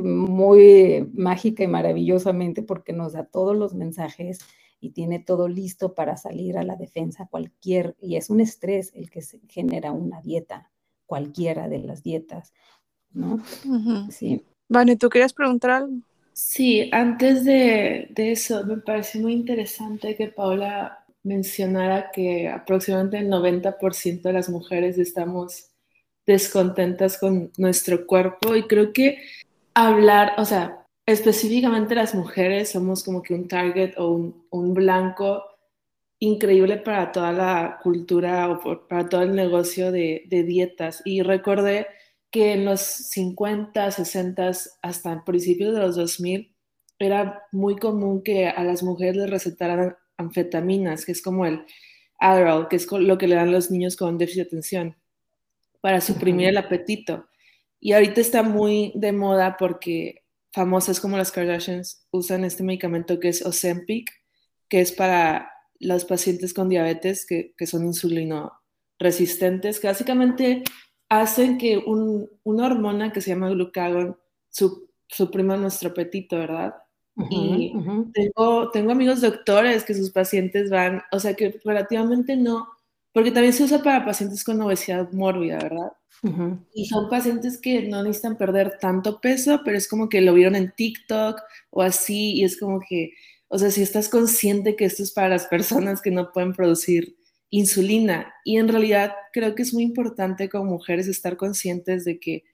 muy mágica y maravillosamente porque nos da todos los mensajes y tiene todo listo para salir a la defensa y es un estrés el que se genera una dieta, cualquiera de las dietas, ¿no? Ujú. Sí. Vale, ¿tú querías preguntar algo? Sí, antes de eso, me parece muy interesante que Paula mencionara que aproximadamente el 90% de las mujeres estamos descontentas con nuestro cuerpo y creo que hablar, o sea, específicamente las mujeres somos como que un target o un blanco increíble para toda la cultura o para todo el negocio de dietas. Y recordé que en los 50, 60, hasta principios de los 2000, era muy común que a las mujeres les recetaran anfetaminas, que es como el Adderall, que es lo que le dan los niños con déficit de atención, para suprimir Uh-huh. el apetito. Y ahorita está muy de moda porque famosas como las Kardashians usan este medicamento que es Ozempic, que es para los pacientes con diabetes que son insulino resistentes, que básicamente hacen que una hormona que se llama glucagón suprima nuestro apetito, ¿verdad? Uh-huh. Y Uh-huh. tengo amigos doctores que sus pacientes van, o sea que relativamente no, porque también se usa para pacientes con obesidad mórbida, ¿verdad? Uh-huh. Y son pacientes que no necesitan perder tanto peso, pero es como que lo vieron en TikTok o así, y es como que, o sea, si estás consciente que esto es para las personas que no pueden producir insulina, y en realidad creo que es muy importante como mujeres estar conscientes de que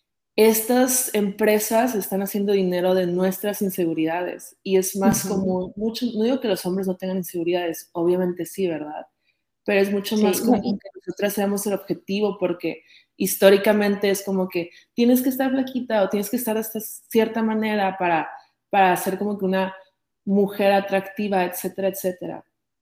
estas empresas están haciendo dinero de nuestras inseguridades, y es más Uh-huh. común, mucho, no digo que los hombres no tengan inseguridades, obviamente sí, ¿verdad? Pero es mucho más Sí, no, común que nosotras seamos el objetivo porque históricamente es como que tienes que estar flaquita o tienes que estar de esta cierta manera para ser como que una mujer atractiva, etcétera, etcétera.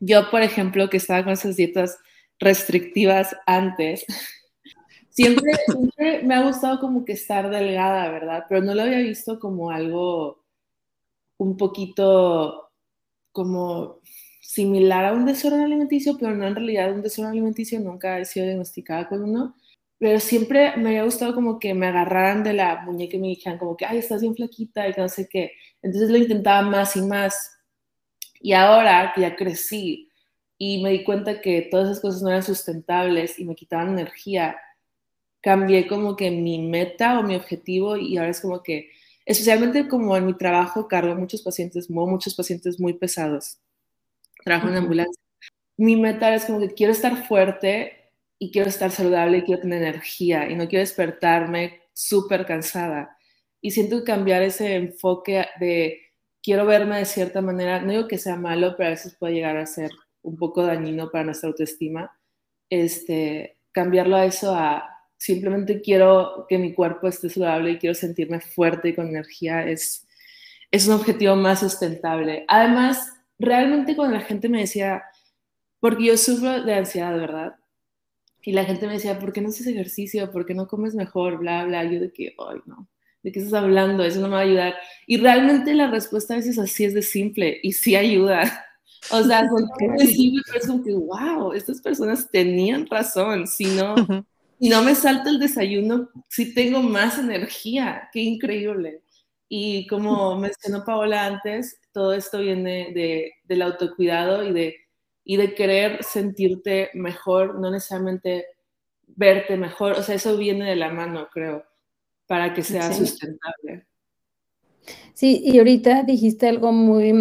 yo, por ejemplo, que estaba con esas dietas restrictivas antes, siempre me ha gustado como que estar delgada, ¿verdad? Pero no lo había visto como algo un poquito como similar a un desorden alimenticio, pero no en realidad un desorden alimenticio, nunca he sido diagnosticada con uno, pero siempre me había gustado como que me agarraran de la muñeca y me dijeran como que, ay, estás bien flaquita y que no sé qué. Entonces lo intentaba más y más. Y ahora que ya crecí y me di cuenta que todas esas cosas no eran sustentables y me quitaban energía, cambié como que mi meta o mi objetivo y ahora es como que, especialmente como en mi trabajo, cargo muchos pacientes muy pesados. Trabajo en ambulancia. Mi meta es como que quiero estar fuerte y quiero estar saludable y quiero tener energía y no quiero despertarme súper cansada. Y siento que cambiar ese enfoque de quiero verme de cierta manera, no digo que sea malo, pero a veces puede llegar a ser un poco dañino para nuestra autoestima, cambiarlo a eso a simplemente quiero que mi cuerpo esté saludable y quiero sentirme fuerte y con energía es un objetivo más sustentable. Además, realmente cuando la gente me decía, porque yo sufro de ansiedad, ¿verdad? Y la gente me decía, ¿por qué no haces ejercicio? ¿Por qué no comes mejor? Bla, bla. Yo de que, ay, no, ¿de qué estás hablando? Eso no me va a ayudar. Y realmente la respuesta a veces así es de simple y sí ayuda. O sea, son muy simples, pero es como que, wow, estas personas tenían razón. Si no me salta el desayuno, sí tengo más energía. Qué increíble. Y como mencionó Paola antes, todo esto viene del autocuidado y de querer sentirte mejor, no necesariamente verte mejor. O sea, eso viene de la mano, creo, para que sea Sí. sustentable. Sí, y ahorita dijiste algo muy,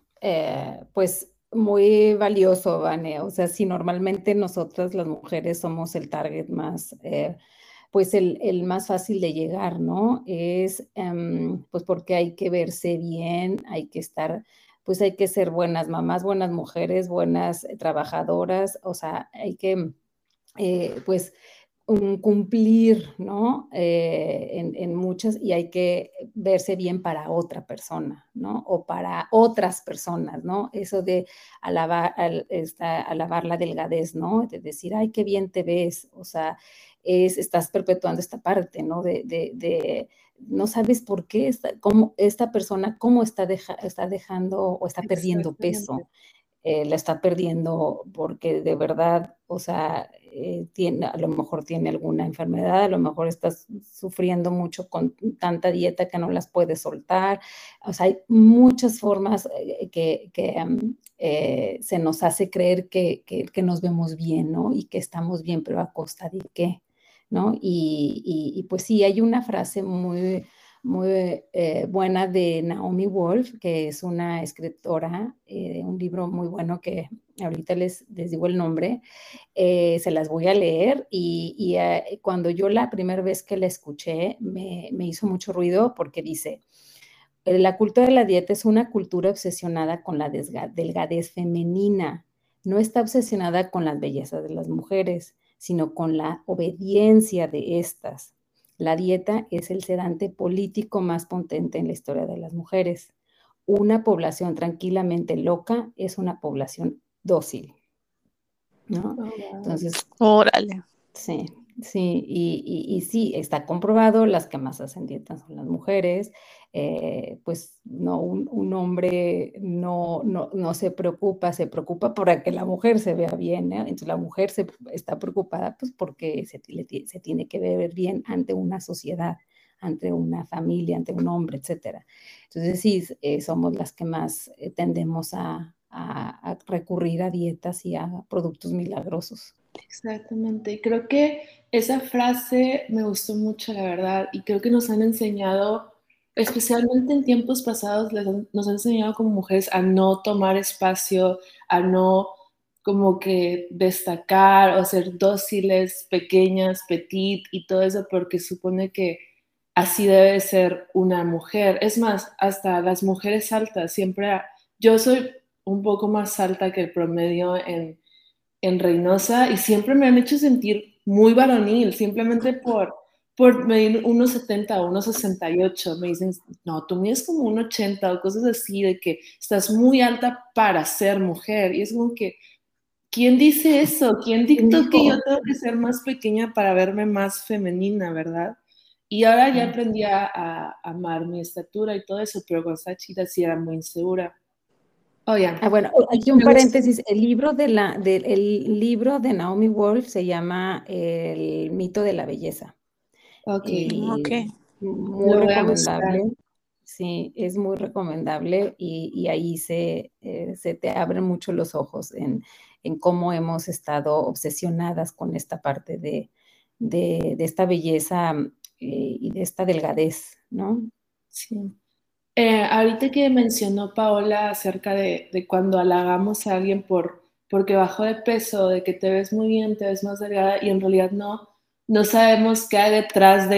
pues, muy valioso, Vane. O sea, si normalmente nosotras las mujeres somos el target más, pues el más fácil de llegar, ¿no? Es, pues porque hay que verse bien, hay que estar, pues hay que ser buenas mamás, buenas mujeres, buenas trabajadoras, o sea, hay que, pues, cumplir, ¿no? En muchas, y hay que verse bien para otra persona, ¿no? O para otras personas, ¿no? Eso de alabar la delgadez, ¿no? De decir, ay, qué bien te ves, o sea, estás perpetuando esta parte, ¿no? No sabes por qué, cómo, esta persona, cómo está dejando o está perdiendo Exactamente. peso, la está perdiendo porque de verdad, o sea, a lo mejor tiene alguna enfermedad, a lo mejor estás sufriendo mucho con tanta dieta que no las puedes soltar. O sea, hay muchas formas se nos hace creer que nos vemos bien, ¿no? Y que estamos bien, pero ¿a costa de qué? ¿No? Y pues sí, hay una frase muy buena de Naomi Wolf, que es una escritora de un libro muy bueno que ahorita les digo el nombre, se las voy a leer y cuando yo la primera vez que la escuché me hizo mucho ruido porque dice, la cultura de la dieta es una cultura obsesionada con la delgadez femenina, no está obsesionada con las bellezas de las mujeres, sino con la obediencia de estas. La dieta es el sedante político más potente en la historia de las mujeres. Una población tranquilamente loca es una población dócil, ¿no? Oh, wow. Entonces, Órale. sí, sí, y sí, está comprobado, las que más hacen dieta son las mujeres, pues no, un hombre no se preocupa para que la mujer se vea bien, ¿no? Entonces la mujer está preocupada pues porque se tiene que ver bien ante una sociedad, ante una familia, ante un hombre, etcétera. Entonces sí, somos las que más tendemos a recurrir a dietas y a productos milagrosos. Exactamente. Creo que esa frase me gustó mucho, la verdad, y creo que nos han enseñado, especialmente en tiempos pasados, nos han enseñado como mujeres a no tomar espacio, a no como que destacar o ser dóciles, pequeñas, petit y todo eso, porque supone que así debe ser una mujer. Es más, hasta las mujeres altas, yo soy un poco más alta que el promedio en Reynosa y siempre me han hecho sentir muy varonil, simplemente por medir 1,70 o 1,68. Me dicen, no, tú mides como 1,80 o cosas así, de que estás muy alta para ser mujer. Y es como que, ¿quién dice eso? ¿Quién dictó que yo tengo que ser más pequeña para verme más femenina, verdad? Y ahora ya aprendí a amar mi estatura y todo eso, pero cuando estaba chica sí era muy insegura. Oh, ya. Bueno, aquí un paréntesis. El libro el libro de Naomi Wolf se llama El mito de la belleza. Ok. Y muy Lo voy a buscar. recomendable. Sí, es muy recomendable y ahí se te abren mucho los ojos en cómo hemos estado obsesionadas con esta parte de esta belleza y de esta delgadez, ¿no? Sí. Ahorita que mencionó Paola acerca de cuando halagamos a alguien porque bajó de peso, de que te ves muy bien, te ves más delgada y en realidad no sabemos qué hay detrás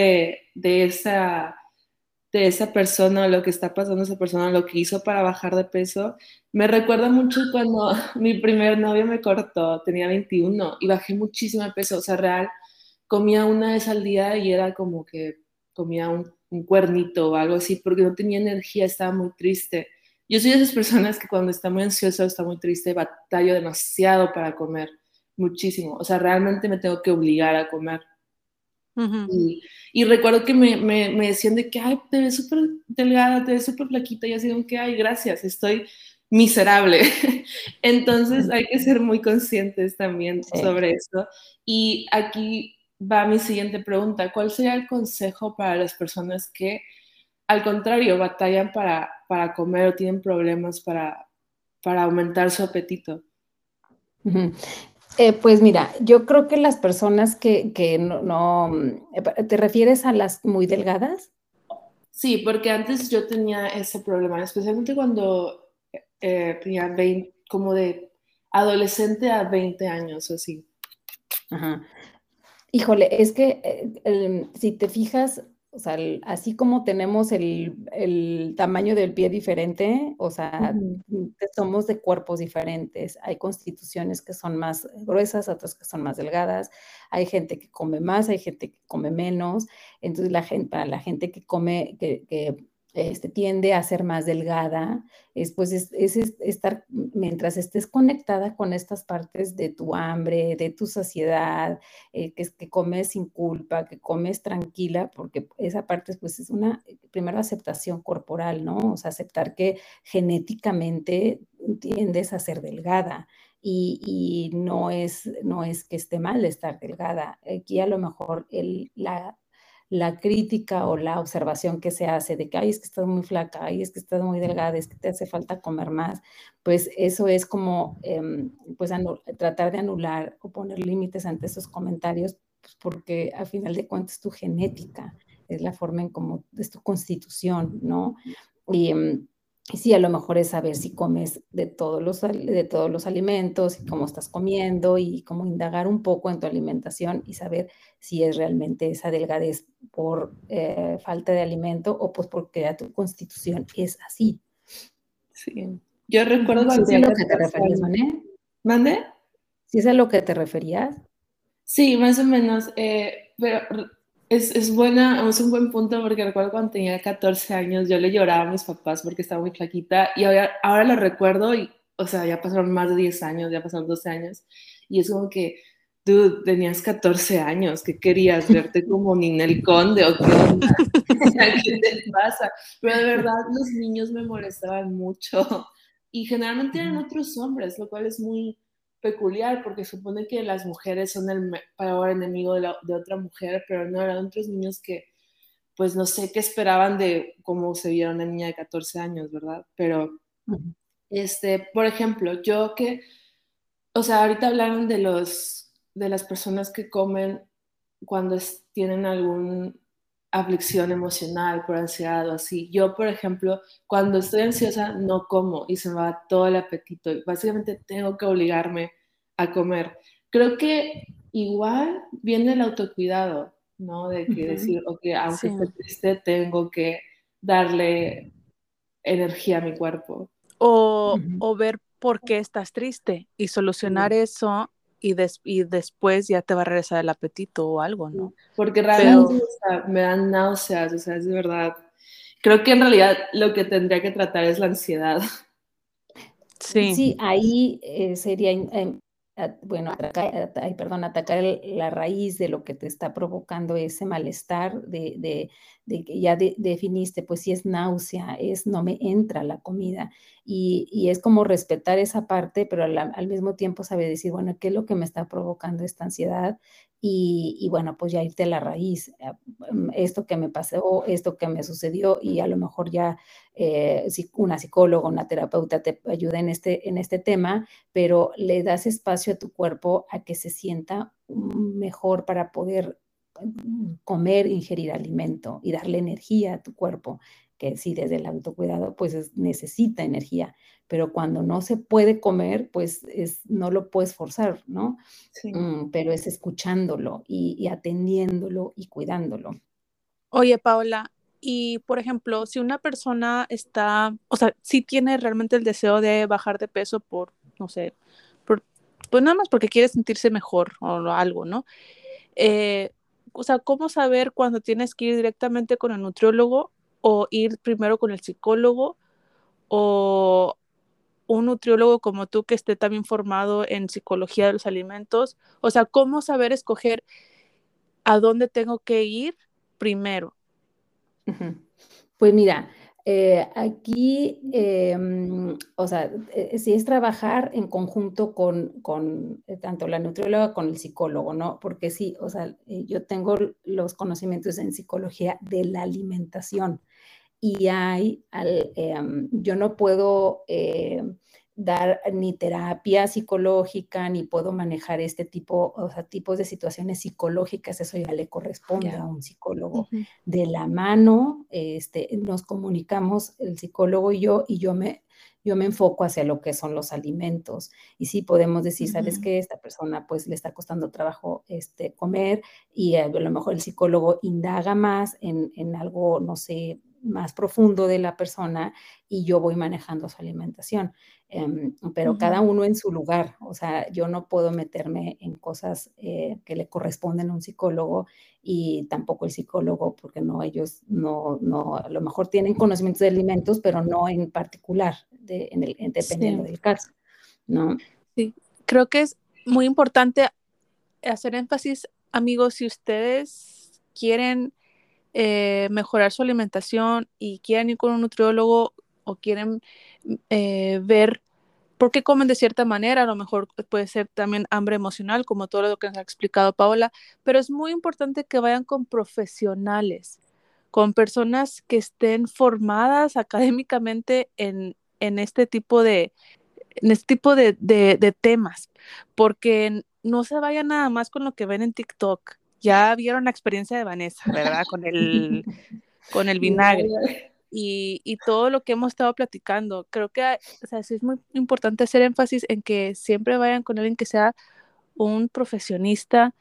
de esa persona, lo que está pasando a esa persona, lo que hizo para bajar de peso. Me recuerda mucho cuando mi primer novio me cortó, tenía 21 y bajé muchísimo de peso, o sea, real, comía una vez al día y era como que comía un cuernito o algo así porque no tenía energía, estaba muy triste. Yo soy de esas personas que cuando está muy ansiosa o está muy triste, batallo demasiado para comer, muchísimo. O sea, realmente me tengo que obligar a comer. Y recuerdo que me decían de que, ay, te ves súper delgada, te ves súper flaquita, y así como que, ay, gracias, estoy miserable. Entonces hay que ser muy conscientes también sobre eso. Y aquí va mi siguiente pregunta, ¿cuál sería el consejo para las personas que, al contrario, batallan para comer o tienen problemas para aumentar su apetito? Pues mira, yo creo que las personas que ¿te refieres a las muy delgadas? Sí, porque antes yo tenía ese problema, especialmente cuando tenía 20, como de adolescente a 20 años o así. Ajá. Híjole, es que si te fijas, o sea, así como tenemos el tamaño del pie diferente, o sea, somos de cuerpos diferentes. Hay constituciones que son más gruesas, otras que son más delgadas. Hay gente que come más, hay gente que come menos. Entonces, para la gente que come, tiende a ser más delgada, pues es estar, mientras estés conectada con estas partes de tu hambre, de tu saciedad, que comes sin culpa, que comes tranquila, porque esa parte pues es una, primero, aceptación corporal, ¿no? O sea, aceptar que genéticamente tiendes a ser delgada y no es que esté mal estar delgada. Aquí a lo mejor la crítica o la observación que se hace de que, ay, es que estás muy flaca, ay, es que estás muy delgada, es que te hace falta comer más, pues eso es como, pues tratar de anular o poner límites ante esos comentarios, pues porque al final de cuentas es tu genética, es la forma en cómo es tu constitución, ¿no? Y, y sí, a lo mejor es saber si comes de todos los alimentos y cómo estás comiendo y cómo indagar un poco en tu alimentación y saber si es realmente esa delgadez por falta de alimento o pues porque ya tu constitución es así. Sí. Yo recuerdo ¿Sí cuando es a tenía lo que te 14 referías, años. Mané? ¿Mande? ¿Sí es a lo que te referías? Sí, más o menos. Pero es buena, es un buen punto porque recuerdo cuando tenía 14 años yo le lloraba a mis papás porque estaba muy flaquita y ahora lo recuerdo y, o sea, ya pasaron más de 10 años, ya pasaron 12 años y es como que, tú tenías 14 años, ¿qué querías? ¿Verte como Ninel Conde o qué onda? ¿Qué te pasa? Pero de verdad los niños me molestaban mucho y generalmente eran otros hombres, lo cual es muy peculiar porque supone que las mujeres son el peor enemigo de otra mujer, pero no, eran otros niños que pues no sé qué esperaban de cómo se viera una niña de 14 años, ¿verdad? Pero, por ejemplo, yo que, o sea, ahorita hablaron de las personas que comen cuando tienen alguna aflicción emocional por ansiedad o así. Yo, por ejemplo, cuando estoy ansiosa no como y se me va todo el apetito. Básicamente tengo que obligarme a comer. Creo que igual viene el autocuidado, ¿no? De que decir, ok, aunque Sí. esté triste, tengo que darle energía a mi cuerpo. O ver por qué estás triste y solucionar eso y después ya te va a regresar el apetito o algo, ¿no? Porque Pero realmente me dan náuseas, o sea, es de verdad. Creo que en realidad lo que tendría que tratar es la ansiedad. sí, Sí, ahí sería, bueno, atacar la raíz de lo que te está provocando ese malestar, de que ya definiste, pues si es náusea, es no me entra la comida. Y es como respetar esa parte, pero al mismo tiempo saber decir, bueno, ¿qué es lo que me está provocando esta ansiedad? Y bueno, pues ya irte a la raíz, esto que me pasó, esto que me sucedió, y a lo mejor ya si una psicóloga, una terapeuta te ayuda en este tema, pero le das espacio a tu cuerpo a que se sienta mejor para poder comer, ingerir alimento y darle energía a tu cuerpo, que sí, desde el autocuidado, pues necesita energía, pero cuando no se puede comer, pues no lo puedes forzar, ¿no? Sí. Pero es escuchándolo y atendiéndolo y cuidándolo. oye, Paola, y por ejemplo, si una persona está, o sea, sí tiene realmente el deseo de bajar de peso por, no sé, por, pues nada más porque quiere sentirse mejor o algo, ¿no? Eh, o sea, ¿cómo saber cuando tienes que ir directamente con el nutriólogo o ir primero con el psicólogo o un nutriólogo como tú que esté también formado en psicología de los alimentos? O sea, ¿cómo saber escoger a dónde tengo que ir primero? Ujú. Pues mira, aquí, o sea, sí es trabajar en conjunto con tanto la nutrióloga con el psicólogo, ¿no? Porque sí, o sea, yo tengo los conocimientos en psicología de la alimentación y yo no puedo dar ni terapia psicológica, ni puedo manejar este tipo, o sea, tipos de situaciones psicológicas, eso ya le corresponde Ya. a un psicólogo. Ujú. De la mano, nos comunicamos el psicólogo y yo me enfoco hacia lo que son los alimentos. Y sí podemos decir, ¿sabes Ujú. qué? Esta persona pues le está costando trabajo comer y a lo mejor el psicólogo indaga más en algo, no sé, más profundo de la persona y yo voy manejando su alimentación. Pero cada Ujú. uno en su lugar, o sea, yo no puedo meterme en cosas que le corresponden a un psicólogo y tampoco el psicólogo, porque no, ellos no, a lo mejor tienen conocimientos de alimentos, pero no en particular, dependiendo Sí, del caso, ¿no? sí. Creo que es muy importante hacer énfasis, amigos, si ustedes quieren mejorar su alimentación y quieren ir con un nutriólogo o quieren ver por qué comen de cierta manera, a lo mejor puede ser también hambre emocional, como todo lo que nos ha explicado Paola, pero es muy importante que vayan con profesionales, con personas que estén formadas académicamente en este tipo de temas, porque no se vayan nada más con lo que ven en TikTok. Ya vieron la experiencia de Vanessa, ¿verdad? Con el vinagre y todo lo que hemos estado platicando. Creo que, o sea, sí es muy importante hacer énfasis en que siempre vayan con alguien que sea un profesionista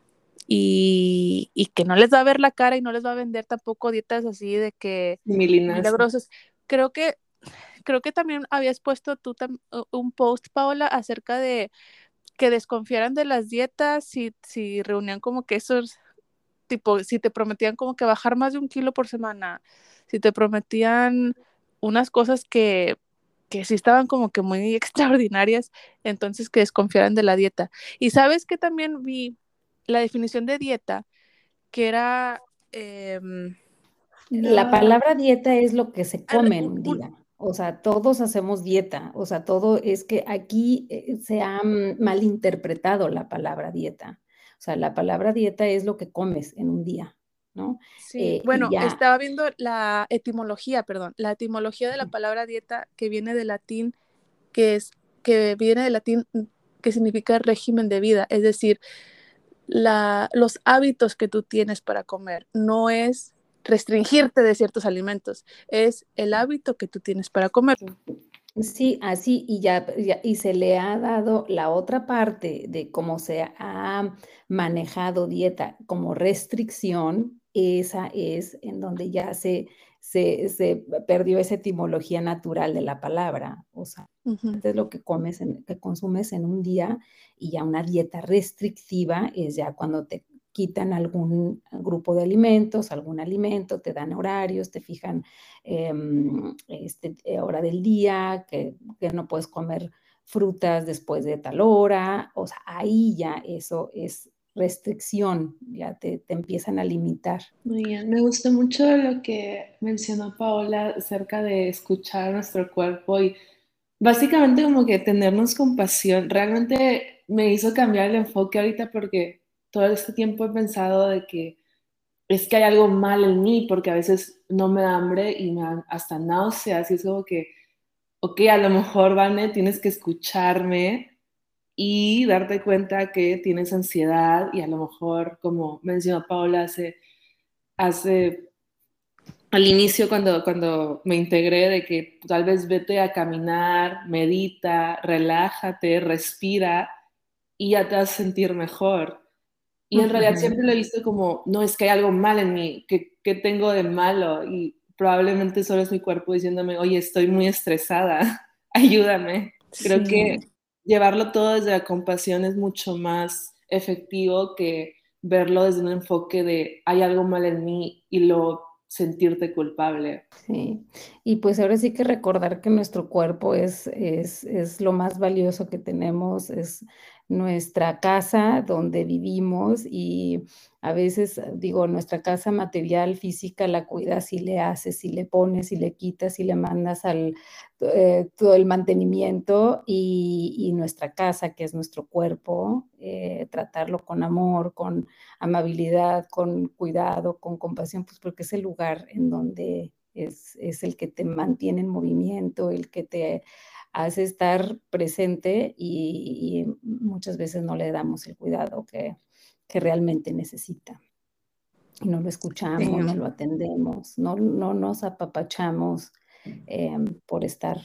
y que no les va a ver la cara y no les va a vender tampoco dietas así de que Milinas. milagrosas. Creo que, creo que también habías puesto tú un post, Paola, acerca de que desconfiaran de las dietas si reunían como que esos, tipo, si te prometían como que bajar más de 1 kilo por semana, si te prometían unas cosas que sí estaban como que muy extraordinarias, entonces que desconfiaran de la dieta. Y sabes que también vi la definición de dieta, que La era palabra dieta es lo que se al- come en un día. O sea, todos hacemos dieta. O sea, todo es que aquí se ha malinterpretado la palabra dieta. O sea, la palabra dieta es lo que comes en un día, ¿no? sí, Y bueno, ya. estaba viendo la etimología, perdón, la etimología de la palabra dieta que viene del latín, que viene del latín que significa régimen de vida, es decir, los hábitos que tú tienes para comer, no es restringirte de ciertos alimentos, es el hábito que tú tienes para comer. Sí, así, y se le ha dado la otra parte de cómo se ha manejado dieta como restricción, esa es en donde ya se perdió esa etimología natural de la palabra. O sea, es lo que comes, que consumes en un día, y ya una dieta restrictiva es ya cuando te quitan algún grupo de alimentos, algún alimento, te dan horarios, te fijan hora del día, que no puedes comer frutas después de tal hora. O sea, ahí ya eso es restricción, ya te empiezan a limitar. Muy bien, me gustó mucho lo que mencionó Paola acerca de escuchar nuestro cuerpo y básicamente como que tenernos compasión. Realmente me hizo cambiar el enfoque ahorita porque todo este tiempo he pensado de que es que hay algo mal en mí porque a veces no me da hambre y me dan hasta náuseas y es como que, ok, a lo mejor, Vane, tienes que escucharme y darte cuenta que tienes ansiedad y a lo mejor, como mencionó Paola hace al inicio cuando me integré, de que tal vez vete a caminar, medita, relájate, respira y ya te vas a sentir mejor. Y en realidad siempre lo he visto como, no, es que hay algo mal en mí, ¿qué tengo de malo? Y probablemente solo es mi cuerpo diciéndome, oye, estoy muy estresada, ayúdame. Creo que llevarlo todo desde la compasión es mucho más efectivo que verlo desde un enfoque de hay algo mal en mí y luego sentirte culpable. Sí, y pues ahora sí que recordar que nuestro cuerpo es lo más valioso que tenemos, es nuestra casa donde vivimos, y a veces, digo, nuestra casa material, física, la cuidas si le haces, si le pones, si le quitas, si le mandas todo el mantenimiento, y nuestra casa, que es nuestro cuerpo, tratarlo con amor, con amabilidad, con cuidado, con compasión, pues porque es el lugar en donde es el que te mantiene en movimiento, el que te hace estar presente, y muchas veces no le damos el cuidado que realmente necesita. Y no lo escuchamos, no lo atendemos, no nos apapachamos por estar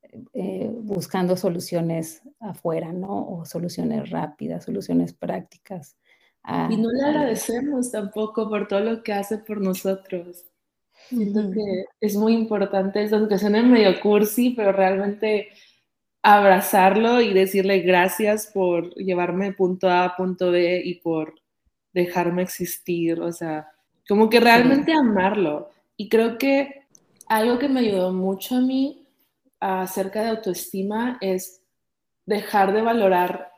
buscando soluciones afuera, ¿no? O soluciones rápidas, soluciones prácticas. Y no le agradecemos tampoco por todo lo que hace por nosotros. Siento que es muy importante eso, aunque suene medio cursi, pero realmente abrazarlo y decirle gracias por llevarme de punto A a punto B y por dejarme existir, o sea, como que realmente amarlo. Y creo que algo que me ayudó mucho a mí acerca de autoestima es dejar de valorar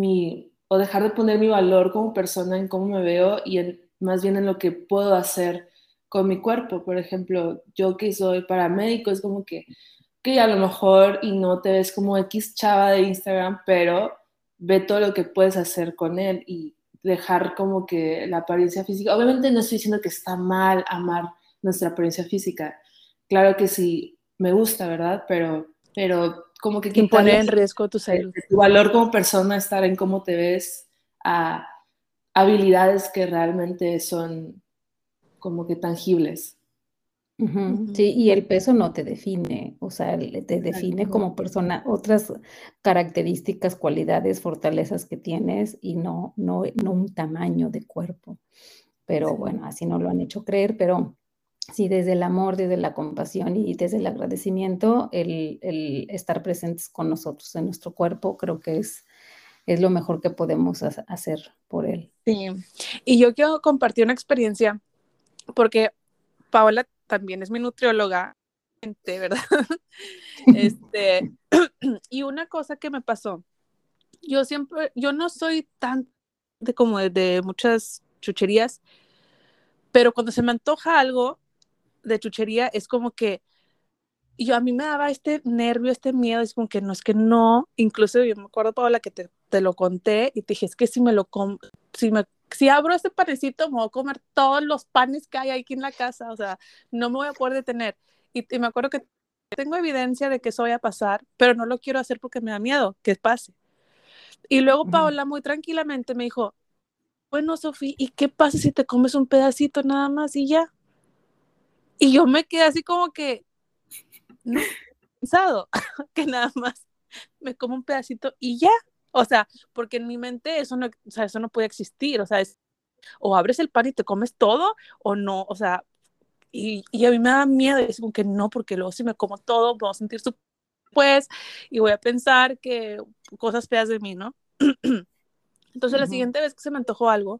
o dejar de poner mi valor como persona en cómo me veo y más bien en lo que puedo hacer con mi cuerpo. Por ejemplo, yo que soy paramédico, es como que a lo mejor y no te ves como X chava de Instagram, pero ve todo lo que puedes hacer con él y dejar como que la apariencia física. Obviamente no estoy diciendo que está mal amar nuestra apariencia física. Claro que sí, me gusta, ¿verdad? Pero como que Sin poner quitarle en riesgo tu salud. de tu valor como persona, estar en cómo te ves, a habilidades que realmente son como que tangibles. Sí, y el peso no te define, o sea, te define Exacto. como persona otras características, cualidades, fortalezas que tienes, y no un tamaño de cuerpo. Pero bueno, así nos lo han hecho creer, pero sí, desde el amor, desde la compasión y desde el agradecimiento, el estar presentes con nosotros en nuestro cuerpo, creo que es lo mejor que podemos hacer por él. Sí, y yo quiero compartir una experiencia porque Paola también es mi nutrióloga, ¿verdad? Y una cosa que me pasó, yo no soy tan de muchas chucherías, pero cuando se me antoja algo de chuchería es como que a mí me daba este nervio, este miedo, es como que no, es que no, incluso yo me acuerdo, Paola, que te lo conté y te dije, es que si abro este panecito, me voy a comer todos los panes que hay aquí en la casa, o sea, no me voy a poder detener. Y me acuerdo que tengo evidencia de que eso vaya a pasar, pero no lo quiero hacer porque me da miedo que pase. Y luego Paola muy tranquilamente me dijo, bueno, Sofía, ¿y qué pasa si te comes un pedacito nada más y ya? Y yo me quedé así como que, no he pensado que nada más me como un pedacito y ya. O sea, porque en mi mente eso no puede existir. O sea, o abres el pan y te comes todo, o no, o sea, y a mí me da miedo, y es como que no, porque luego si me como todo, me voy a sentir pues, y voy a pensar que cosas feas de mí, ¿no? Entonces la siguiente vez que se me antojó algo,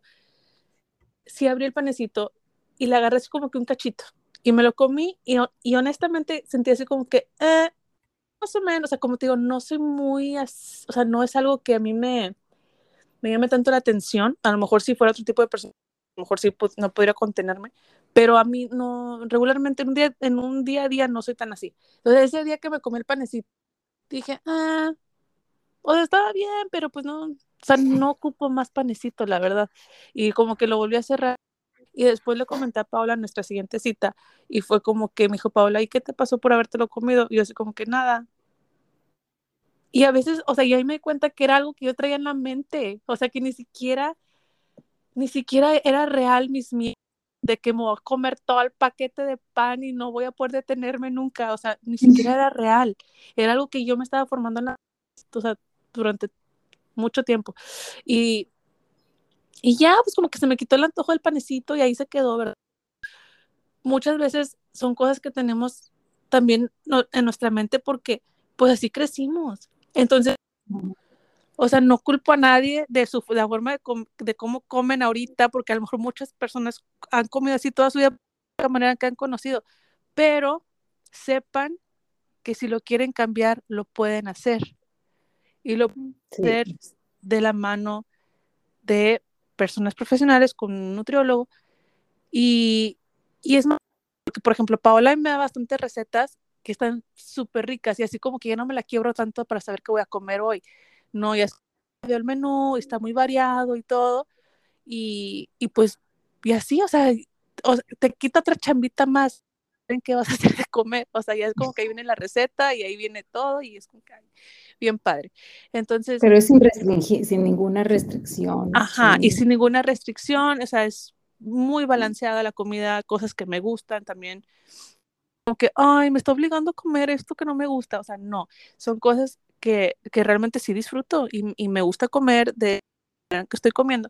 sí abrí el panecito y le agarré así como que un cachito y me lo comí y honestamente sentí así como que, más o menos, o sea, como te digo, no soy muy, o sea, no es algo que a mí me llame tanto la atención, a lo mejor si fuera otro tipo de persona, a lo mejor sí pues, no podría contenerme, pero a mí no, regularmente en un día a día no soy tan así. Entonces ese día que me comí el panecito, dije, o sea, estaba bien, pero pues no, o sea, no ocupo más panecito, la verdad. Y como que lo volví a cerrar. Y después le comenté a Paula nuestra siguiente cita y fue como que me dijo Paula, ¿y qué te pasó por habértelo comido? Y yo así como que nada. Y a veces, o sea, y ahí me di cuenta que era algo que yo traía en la mente, o sea, que ni siquiera era real mis miedos de que me voy a comer todo el paquete de pan y no voy a poder detenerme nunca, o sea, ni siquiera era real, era algo que yo me estaba formando en la, o sea, durante mucho tiempo. Y, y ya, pues como que se me quitó el antojo del panecito y ahí se quedó, ¿verdad? Muchas veces son cosas que tenemos también en nuestra mente porque pues así crecimos. Entonces, o sea, no culpo a nadie de la forma de cómo comen ahorita, porque a lo mejor muchas personas han comido así toda su vida de la manera que han conocido, pero sepan que si lo quieren cambiar, lo pueden hacer. Y lo pueden Sí. hacer de la mano de personas profesionales con un nutriólogo. Y, y es más, porque, por ejemplo, Paola me da bastantes recetas que están súper ricas y así como que ya no me la quiebro tanto para saber qué voy a comer hoy. No, ya veo el menú, está muy variado y todo. Y pues, y así, o sea, te quita otra chambita más en qué vas a hacer de comer. O sea, ya es como que ahí viene la receta y ahí viene todo y es como que ay, bien padre. Entonces, Pero es sin ninguna restricción, ajá, y sin... sin ninguna restricción, o sea, es muy balanceada la comida, cosas que me gustan también, como que, ay, me está obligando a comer esto que no me gusta, o sea, no, son cosas que realmente sí disfruto y me gusta comer de la que estoy comiendo.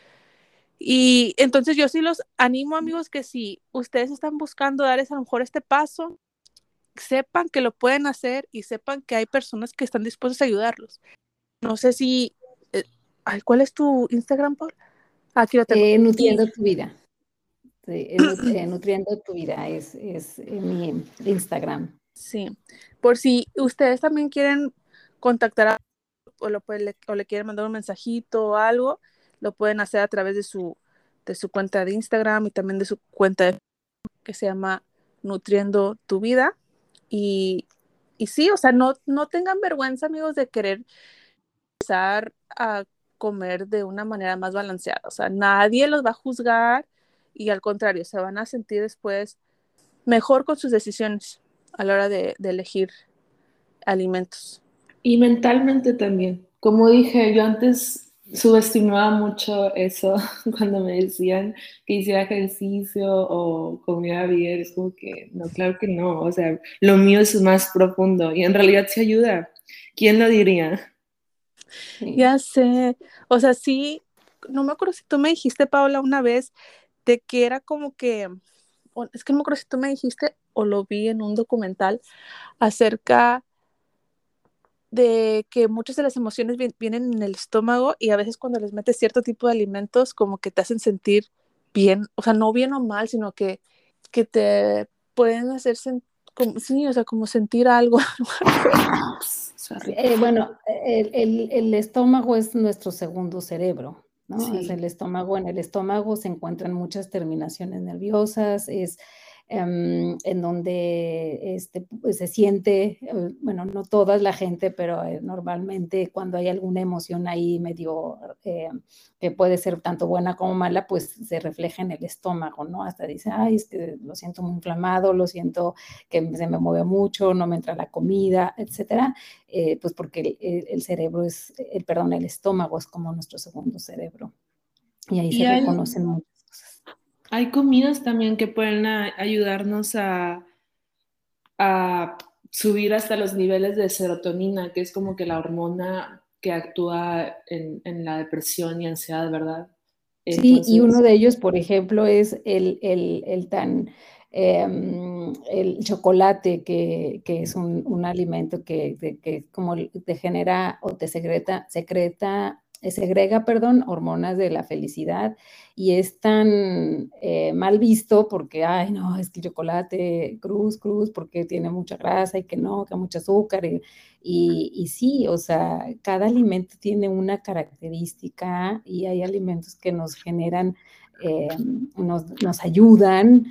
Y entonces yo sí los animo, amigos, que si ustedes están buscando dar a lo mejor este paso, sepan que lo pueden hacer y sepan que hay personas que están dispuestas a ayudarlos. No sé si, ay, ¿cuál es tu Instagram, Paul? Aquí lo tengo. Y nutriendo tu vida. Sí, nutriendo tu vida es mi Instagram. sí, por si ustedes también quieren contactar a, o le quieren mandar un mensajito o algo, lo pueden hacer a través de su cuenta de Instagram y también de su cuenta de, que se llama Nutriendo tu Vida. Y, y sí, o sea, no tengan vergüenza, amigos, de querer empezar a comer de una manera más balanceada. O sea, nadie los va a juzgar y al contrario, se van a sentir después mejor con sus decisiones a la hora de elegir alimentos. Y mentalmente también. Como dije, yo antes subestimaba mucho eso cuando me decían que hiciera ejercicio o comiera bien. Es como que, no, claro que no. O sea, lo mío es más profundo y en realidad se ayuda. ¿Quién lo diría? Sí. Ya sé, o sea, sí, no me acuerdo si tú me dijiste, Paola, una vez de que era como que, es que no me acuerdo si tú me dijiste o lo vi en un documental acerca de que muchas de las emociones vienen en el estómago y a veces cuando les metes cierto tipo de alimentos como que te hacen sentir bien, o sea, no bien o mal, sino que te pueden hacer como, sí, o sea, como sentir algo. Sí, bueno, el estómago es nuestro segundo cerebro, ¿no? Es Sí. el estómago, en el estómago se encuentran muchas terminaciones nerviosas, es en donde pues, se siente, bueno, no toda la gente, pero normalmente cuando hay alguna emoción ahí medio que puede ser tanto buena como mala, pues se refleja en el estómago, ¿no? Hasta dice, ay, es que lo siento muy inflamado, lo siento que se me mueve mucho, no me entra la comida, etcétera. Pues porque el cerebro perdón, el estómago es como nuestro segundo cerebro. Y ahí Y se reconocen muchas cosas. hay comidas también que pueden ayudarnos a subir hasta los niveles de serotonina, que es como que la hormona que actúa en la depresión y ansiedad, ¿verdad? Sí, y uno Entonces, de ellos, por ejemplo, es el chocolate, que es un alimento que como te genera o te segrega, perdón, hormonas de la felicidad, y es tan mal visto porque, ay, no, es que el chocolate cruz, porque tiene mucha grasa y que no, que mucho azúcar, y sí, o sea, cada alimento tiene una característica y hay alimentos que nos generan, nos ayudan,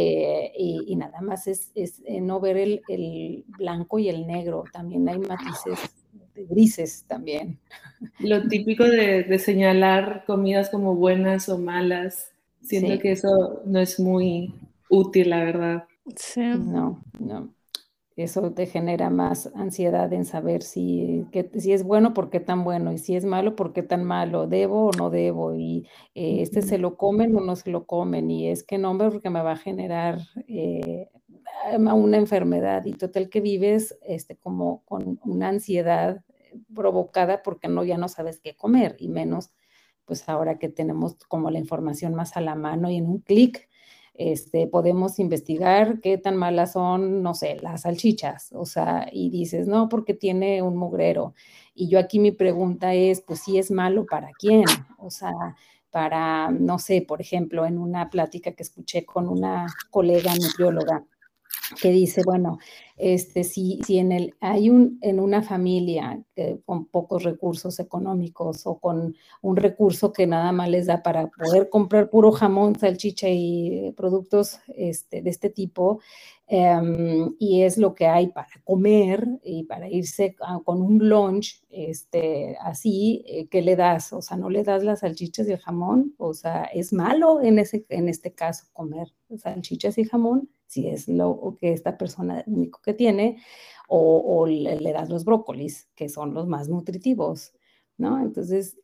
y nada más es no ver el blanco y el negro, también hay matices de grises también. lo típico de señalar comidas como buenas o malas, siento Sí, que eso no es muy útil, la verdad. Sí. no. Eso te genera más ansiedad en saber si es bueno, por qué tan bueno, y si es malo, por qué tan malo, debo o no debo, y este se lo comen o no se lo comen, y es que no, hombre, porque me va a generar una enfermedad, y total que vives como con una ansiedad provocada porque ya no sabes qué comer, y menos pues ahora que tenemos como la información más a la mano y en un clic podemos investigar qué tan malas son, no sé, las salchichas, o sea, y dices, no, porque tiene un mugrero. Y yo aquí mi pregunta es, pues si es malo, ¿para quién? O sea, para, no sé, por ejemplo, en una plática que escuché con una colega nutrióloga, que dice, bueno, si en una familia con pocos recursos económicos o con un recurso que nada más les da para poder comprar puro jamón, salchicha y productos de este tipo, y es lo que hay para comer y para irse con un lunch, así, ¿qué le das? O sea, no le das las salchichas y el jamón, o sea, es malo en este caso comer salchichas y jamón, si es lo que esta persona único que tiene, o le das los brócolis, que son los más nutritivos, ¿no? Entonces,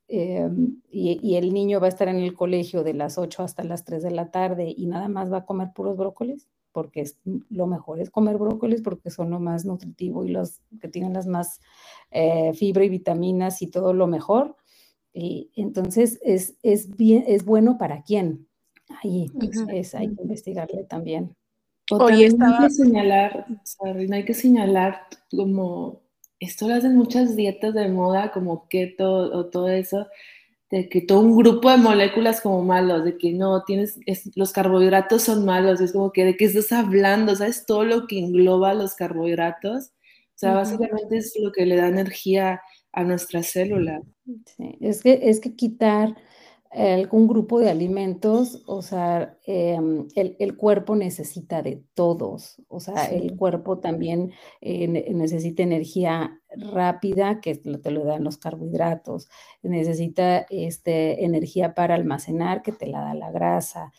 y el niño va a estar en el colegio de las 8 hasta las 3 de la tarde y nada más va a comer puros brócolis, porque lo mejor es comer brócolis porque son lo más nutritivo y los que tienen las más fibra y vitaminas y todo lo mejor. Y entonces es bueno para quién. Ahí Ujú. hay que investigarle también. O Oye, también hay que estaba, señalar, sorry, no hay que señalar como, esto lo hacen muchas dietas de moda como keto o todo eso, de que todo un grupo de moléculas como malos, de que no, los carbohidratos son malos, y es como que de qué estás hablando, ¿sabes? Todo lo que engloba los carbohidratos, o sea, ujú. básicamente es lo que le da energía a nuestras células. Sí, es que quitar algún grupo de alimentos, o sea, el cuerpo necesita de todos, o sea, el Sí. cuerpo también necesita energía rápida, que te lo dan los carbohidratos, necesita energía para almacenar, que te la da la grasa,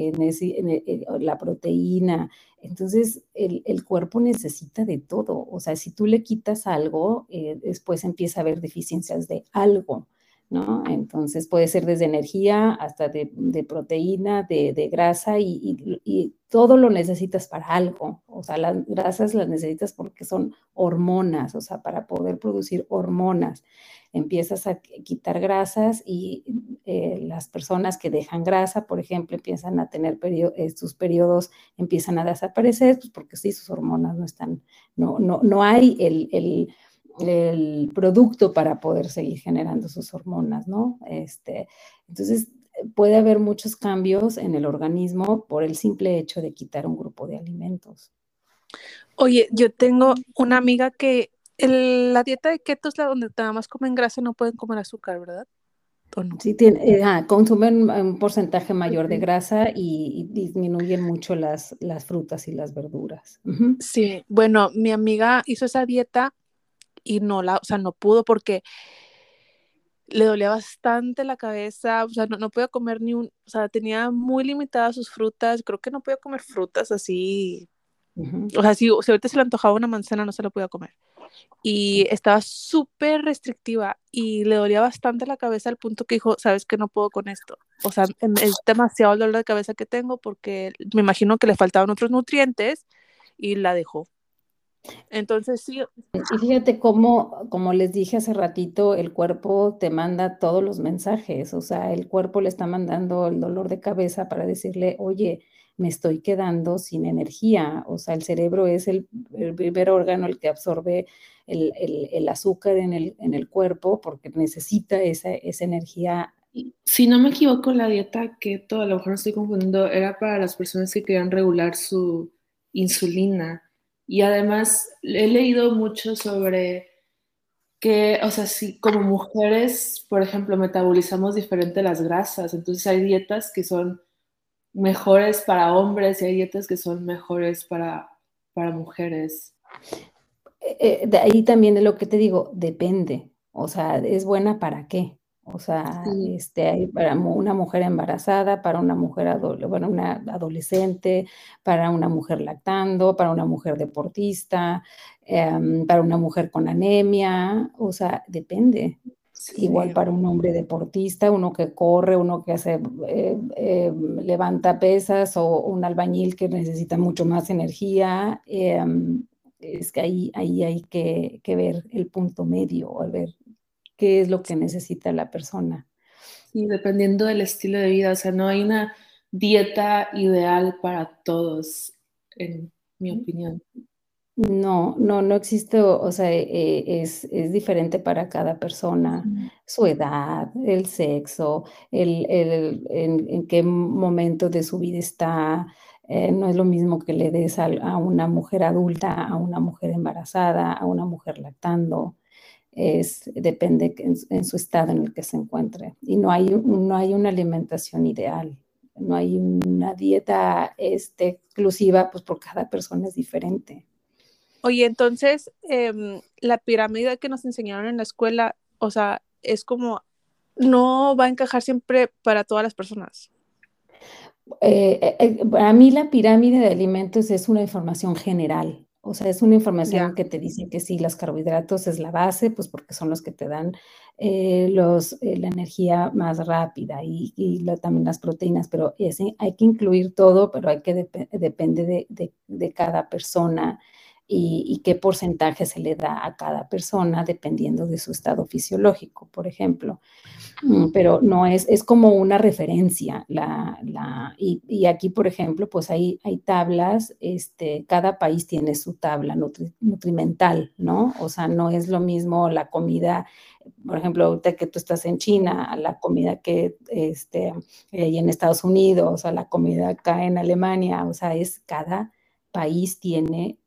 la proteína. Entonces, el cuerpo necesita de todo, o sea, si tú le quitas algo, después empieza a haber deficiencias de algo, ¿no? Entonces puede ser desde energía hasta de proteína, de grasa, y todo lo necesitas para algo. O sea, las grasas las necesitas porque son hormonas, o sea, para poder producir hormonas. Empiezas a quitar grasas y las personas que dejan grasa, por ejemplo, empiezan a tener sus periodos empiezan a desaparecer, pues porque sí, sus hormonas no están, no hay el producto para poder seguir generando sus hormonas, ¿no? Entonces, puede haber muchos cambios en el organismo por el simple hecho de quitar un grupo de alimentos. Oye, yo tengo una amiga que la dieta de keto es la donde nada más comen grasa y no pueden comer azúcar, ¿verdad? ¿O no? Sí, consumen un porcentaje mayor de grasa y disminuyen mucho las frutas y las verduras. Uh-huh. Sí, bueno, mi amiga hizo esa dieta y o sea, no pudo porque le dolía bastante la cabeza, o sea, no podía comer o sea, tenía muy limitadas sus frutas, creo que no podía comer frutas así, Uh-huh. o sea, si ahorita se le antojaba una manzana no se la podía comer. Y Sí. estaba súper restrictiva y le dolía bastante la cabeza al punto que dijo, sabes que no puedo con esto. O sea, es demasiado el dolor de cabeza que tengo porque me imagino que le faltaban otros nutrientes y la dejó. Entonces, sí, Y fíjate cómo, como les dije hace ratito, el cuerpo te manda todos los mensajes, o sea, el cuerpo le está mandando el dolor de cabeza para decirle, oye, me estoy quedando sin energía, o sea, el cerebro es el primer órgano el que absorbe el azúcar en el cuerpo porque necesita esa energía. Si no me equivoco, la dieta keto, a lo mejor no estoy confundiendo, era para las personas que querían regular su insulina. Y además he leído mucho sobre que, o sea, si como mujeres, por ejemplo, metabolizamos diferente las grasas, entonces hay dietas que son mejores para hombres y hay dietas que son mejores para mujeres. De ahí también es lo que te digo, depende, o sea, ¿es buena para qué? O sea, Sí, hay para una mujer embarazada, para una mujer bueno, una adolescente, para una mujer lactando, para una mujer deportista, para una mujer con anemia, o sea, depende. Igual sí. para un hombre deportista, uno que corre, uno que hace, levanta pesas o un albañil que necesita mucho más energía, es que ahí hay que ver el punto medio, a ver qué es lo que necesita la persona. sí, dependiendo del estilo de vida, o sea, no hay una dieta ideal para todos, en mi opinión. No existe, o sea, es diferente para cada persona, Ujú. su edad, el sexo, en qué momento de su vida está. No es lo mismo que le des a una mujer adulta, a una mujer embarazada, a una mujer lactando. Depende en su estado en el que se encuentre. Y no hay una alimentación ideal, no hay una dieta exclusiva, pues por cada persona es diferente. Oye, entonces, la pirámide que nos enseñaron en la escuela, o sea, es como, no va a encajar siempre para todas las personas. Para mí la pirámide de alimentos es una información general, o sea, es una información Ya. que te dice que sí, los carbohidratos es la base, pues porque son los que te dan la energía más rápida y también las proteínas, pero hay que incluir todo, pero depende de cada persona y qué porcentaje se le da a cada persona dependiendo de su estado fisiológico, por ejemplo. Pero no es como una referencia. Y aquí, por ejemplo, pues hay tablas, cada país tiene su tabla nutrimental, ¿no? O sea, no es lo mismo la comida, por ejemplo, ahorita que tú estás en China, a la comida que hay en Estados Unidos, a la comida acá en Alemania, o sea, cada país tiene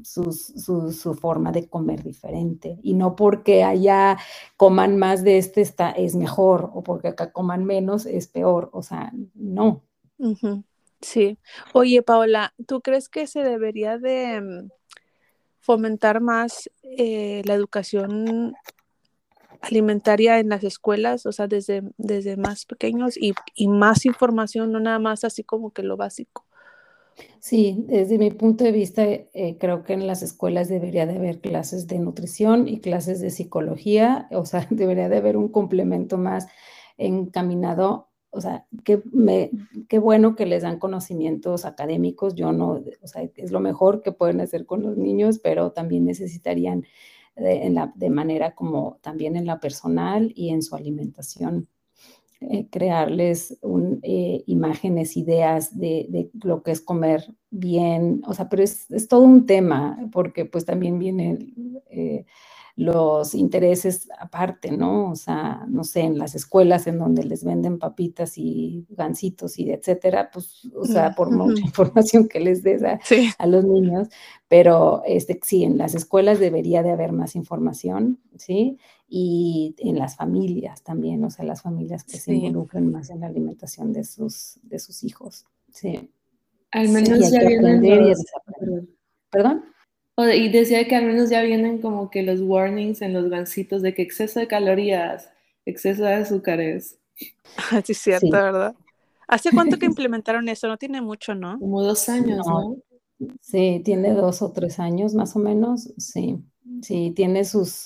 su forma de comer diferente. Y no porque allá coman más de es mejor, o porque acá coman menos es peor, o sea, no. Ujú. Sí. Oye, Paola, ¿tú crees que se debería de fomentar más la educación alimentaria en las escuelas, o sea, desde más pequeños y más información, no nada más así como que lo básico? Sí, desde mi punto de vista, creo que en las escuelas debería de haber clases de nutrición y clases de psicología, o sea, debería de haber un complemento más encaminado, o sea, qué bueno que les dan conocimientos académicos, yo no, o sea, es lo mejor que pueden hacer con los niños, pero también necesitarían de manera como también en la personal y en su alimentación crearles imágenes, ideas de lo que es comer bien, o sea, pero es todo un tema, porque pues también vienen los intereses aparte, ¿no? O sea, no sé, en las escuelas en donde les venden papitas y gancitos y etcétera, pues, o sea, Mm, por mucha ujú. información que les des Sí, a los niños, pero sí, en las escuelas debería de haber más información, ¿sí? Y en las familias también, o sea, las familias que se sí, involucren más en la alimentación de sus hijos. Sí, Al sí. y menos hay ya que vienen aprender y a los, desaprender. perdón. ¿Perdón? Y decía que al menos ya vienen como que los warnings en los gancitos de que exceso de calorías, exceso de azúcares, Sí, es cierto, Sí. ¿verdad? ¿Hace cuánto que implementaron eso? No tiene mucho, ¿no? como 2 años, No, ¿no? sí, tiene 2 o 3 años más o menos, sí. Sí, tiene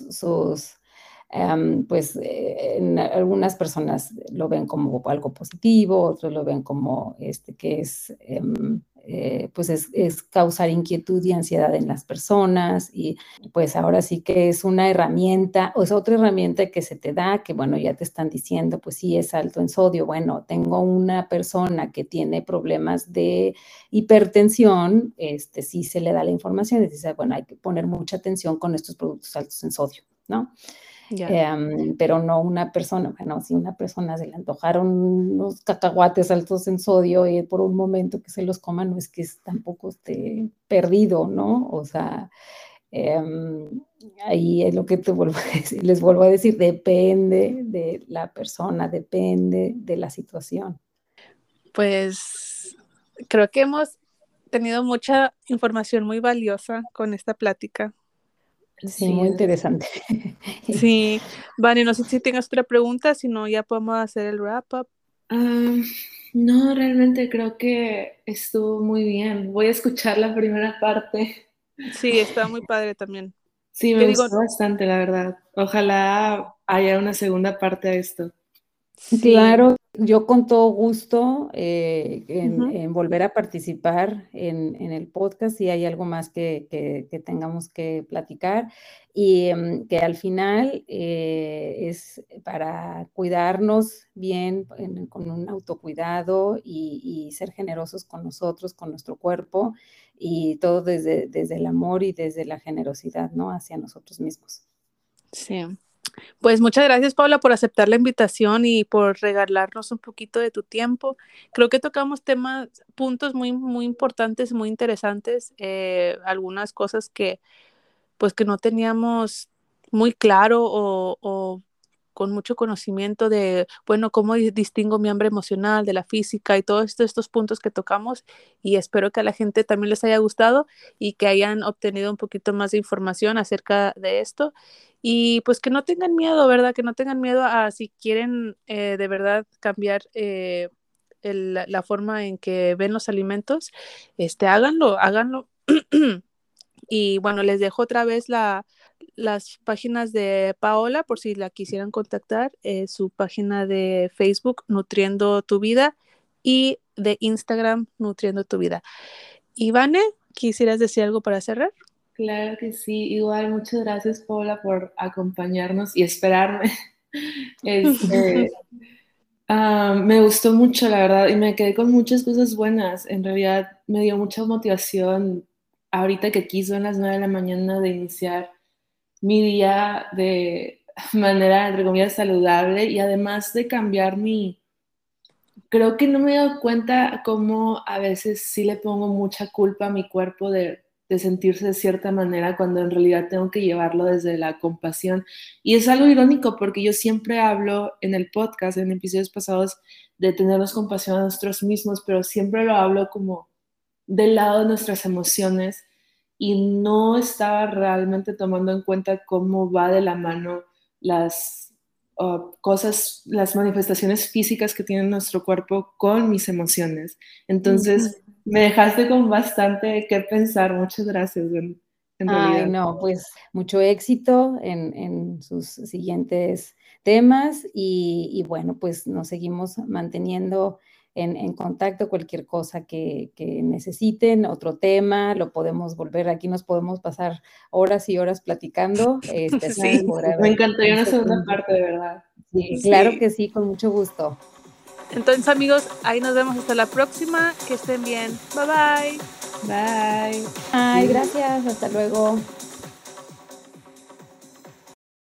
pues en algunas personas lo ven como algo positivo, otros lo ven como que es pues es causar inquietud y ansiedad en las personas, y pues ahora sí que es una herramienta, o es otra herramienta que se te da, que bueno, ya te están diciendo, pues sí, es alto en sodio. Bueno, tengo una persona que tiene problemas de hipertensión, sí se le da la información y dice, bueno, hay que poner mucha atención con estos productos altos en sodio, ¿no? Pero no una persona, bueno, si una persona se le antojaron unos cacahuates altos en sodio y por un momento que se los coma, no es que tampoco esté perdido, ¿no? O sea, ahí es lo que te vuelvo a decir, les vuelvo a decir, depende de la persona, depende de la situación. Pues creo que hemos tenido mucha información muy valiosa con esta plática. Sí, muy interesante. Sí, Vani, no sé si tengas otra pregunta, si no ya podemos hacer el wrap-up. No, realmente creo que estuvo muy bien. Voy a escuchar la primera parte. Sí, está muy padre también. Sí, me gustó bastante, la verdad. Ojalá haya una segunda parte a esto. Sí. Claro, yo con todo gusto en volver a participar en el podcast si hay algo más que tengamos que platicar, y que al final es para cuidarnos bien con un autocuidado y ser generosos con nosotros, con nuestro cuerpo, y todo desde el amor y desde la generosidad, ¿no? Hacia nosotros mismos. Sí. Pues muchas gracias, Paula, por aceptar la invitación y por regalarnos un poquito de tu tiempo. Creo que tocamos puntos muy, muy importantes, muy interesantes, algunas cosas que no teníamos muy claro o con mucho conocimiento de, bueno, cómo distingo mi hambre emocional de la física y todos estos puntos que tocamos, y espero que a la gente también les haya gustado y que hayan obtenido un poquito más de información acerca de esto, y pues que no tengan miedo, ¿verdad? Que no tengan miedo a si quieren de verdad cambiar la forma en que ven los alimentos, háganlo. Y bueno, les dejo otra vez las páginas de Paola por si la quisieran contactar, su página de Facebook Nutriendo tu Vida y de Instagram Nutriendo tu Vida. Ivane, ¿quisieras decir algo para cerrar? Claro que sí, igual muchas gracias, Paula, por acompañarnos y esperarme. Me gustó mucho, la verdad, y me quedé con muchas cosas buenas. En realidad me dio mucha motivación ahorita que aquí son las 9 de la mañana de iniciar mi día de manera, entre comillas, saludable, y además de cambiar creo que no me he dado cuenta cómo a veces sí le pongo mucha culpa a mi cuerpo de sentirse de cierta manera cuando en realidad tengo que llevarlo desde la compasión. Y es algo irónico porque yo siempre hablo en el podcast, en episodios pasados, de tenernos compasión a nosotros mismos, pero siempre lo hablo como del lado de nuestras emociones, y no estaba realmente tomando en cuenta cómo va de la mano las cosas, las manifestaciones físicas que tiene nuestro cuerpo con mis emociones. Entonces, me dejaste con bastante que pensar. Muchas gracias, en realidad. Ay, no, pues mucho éxito en sus siguientes temas, y bueno, pues nos seguimos manteniendo en contacto. Cualquier cosa que necesiten, otro tema, lo podemos volver, aquí nos podemos pasar horas y horas platicando. Sí, me encantaría una segunda parte, de verdad. Sí, claro que sí, con mucho gusto. Entonces, amigos, ahí nos vemos hasta la próxima. Que estén bien. Bye bye. Bye. Ay, gracias. Hasta luego.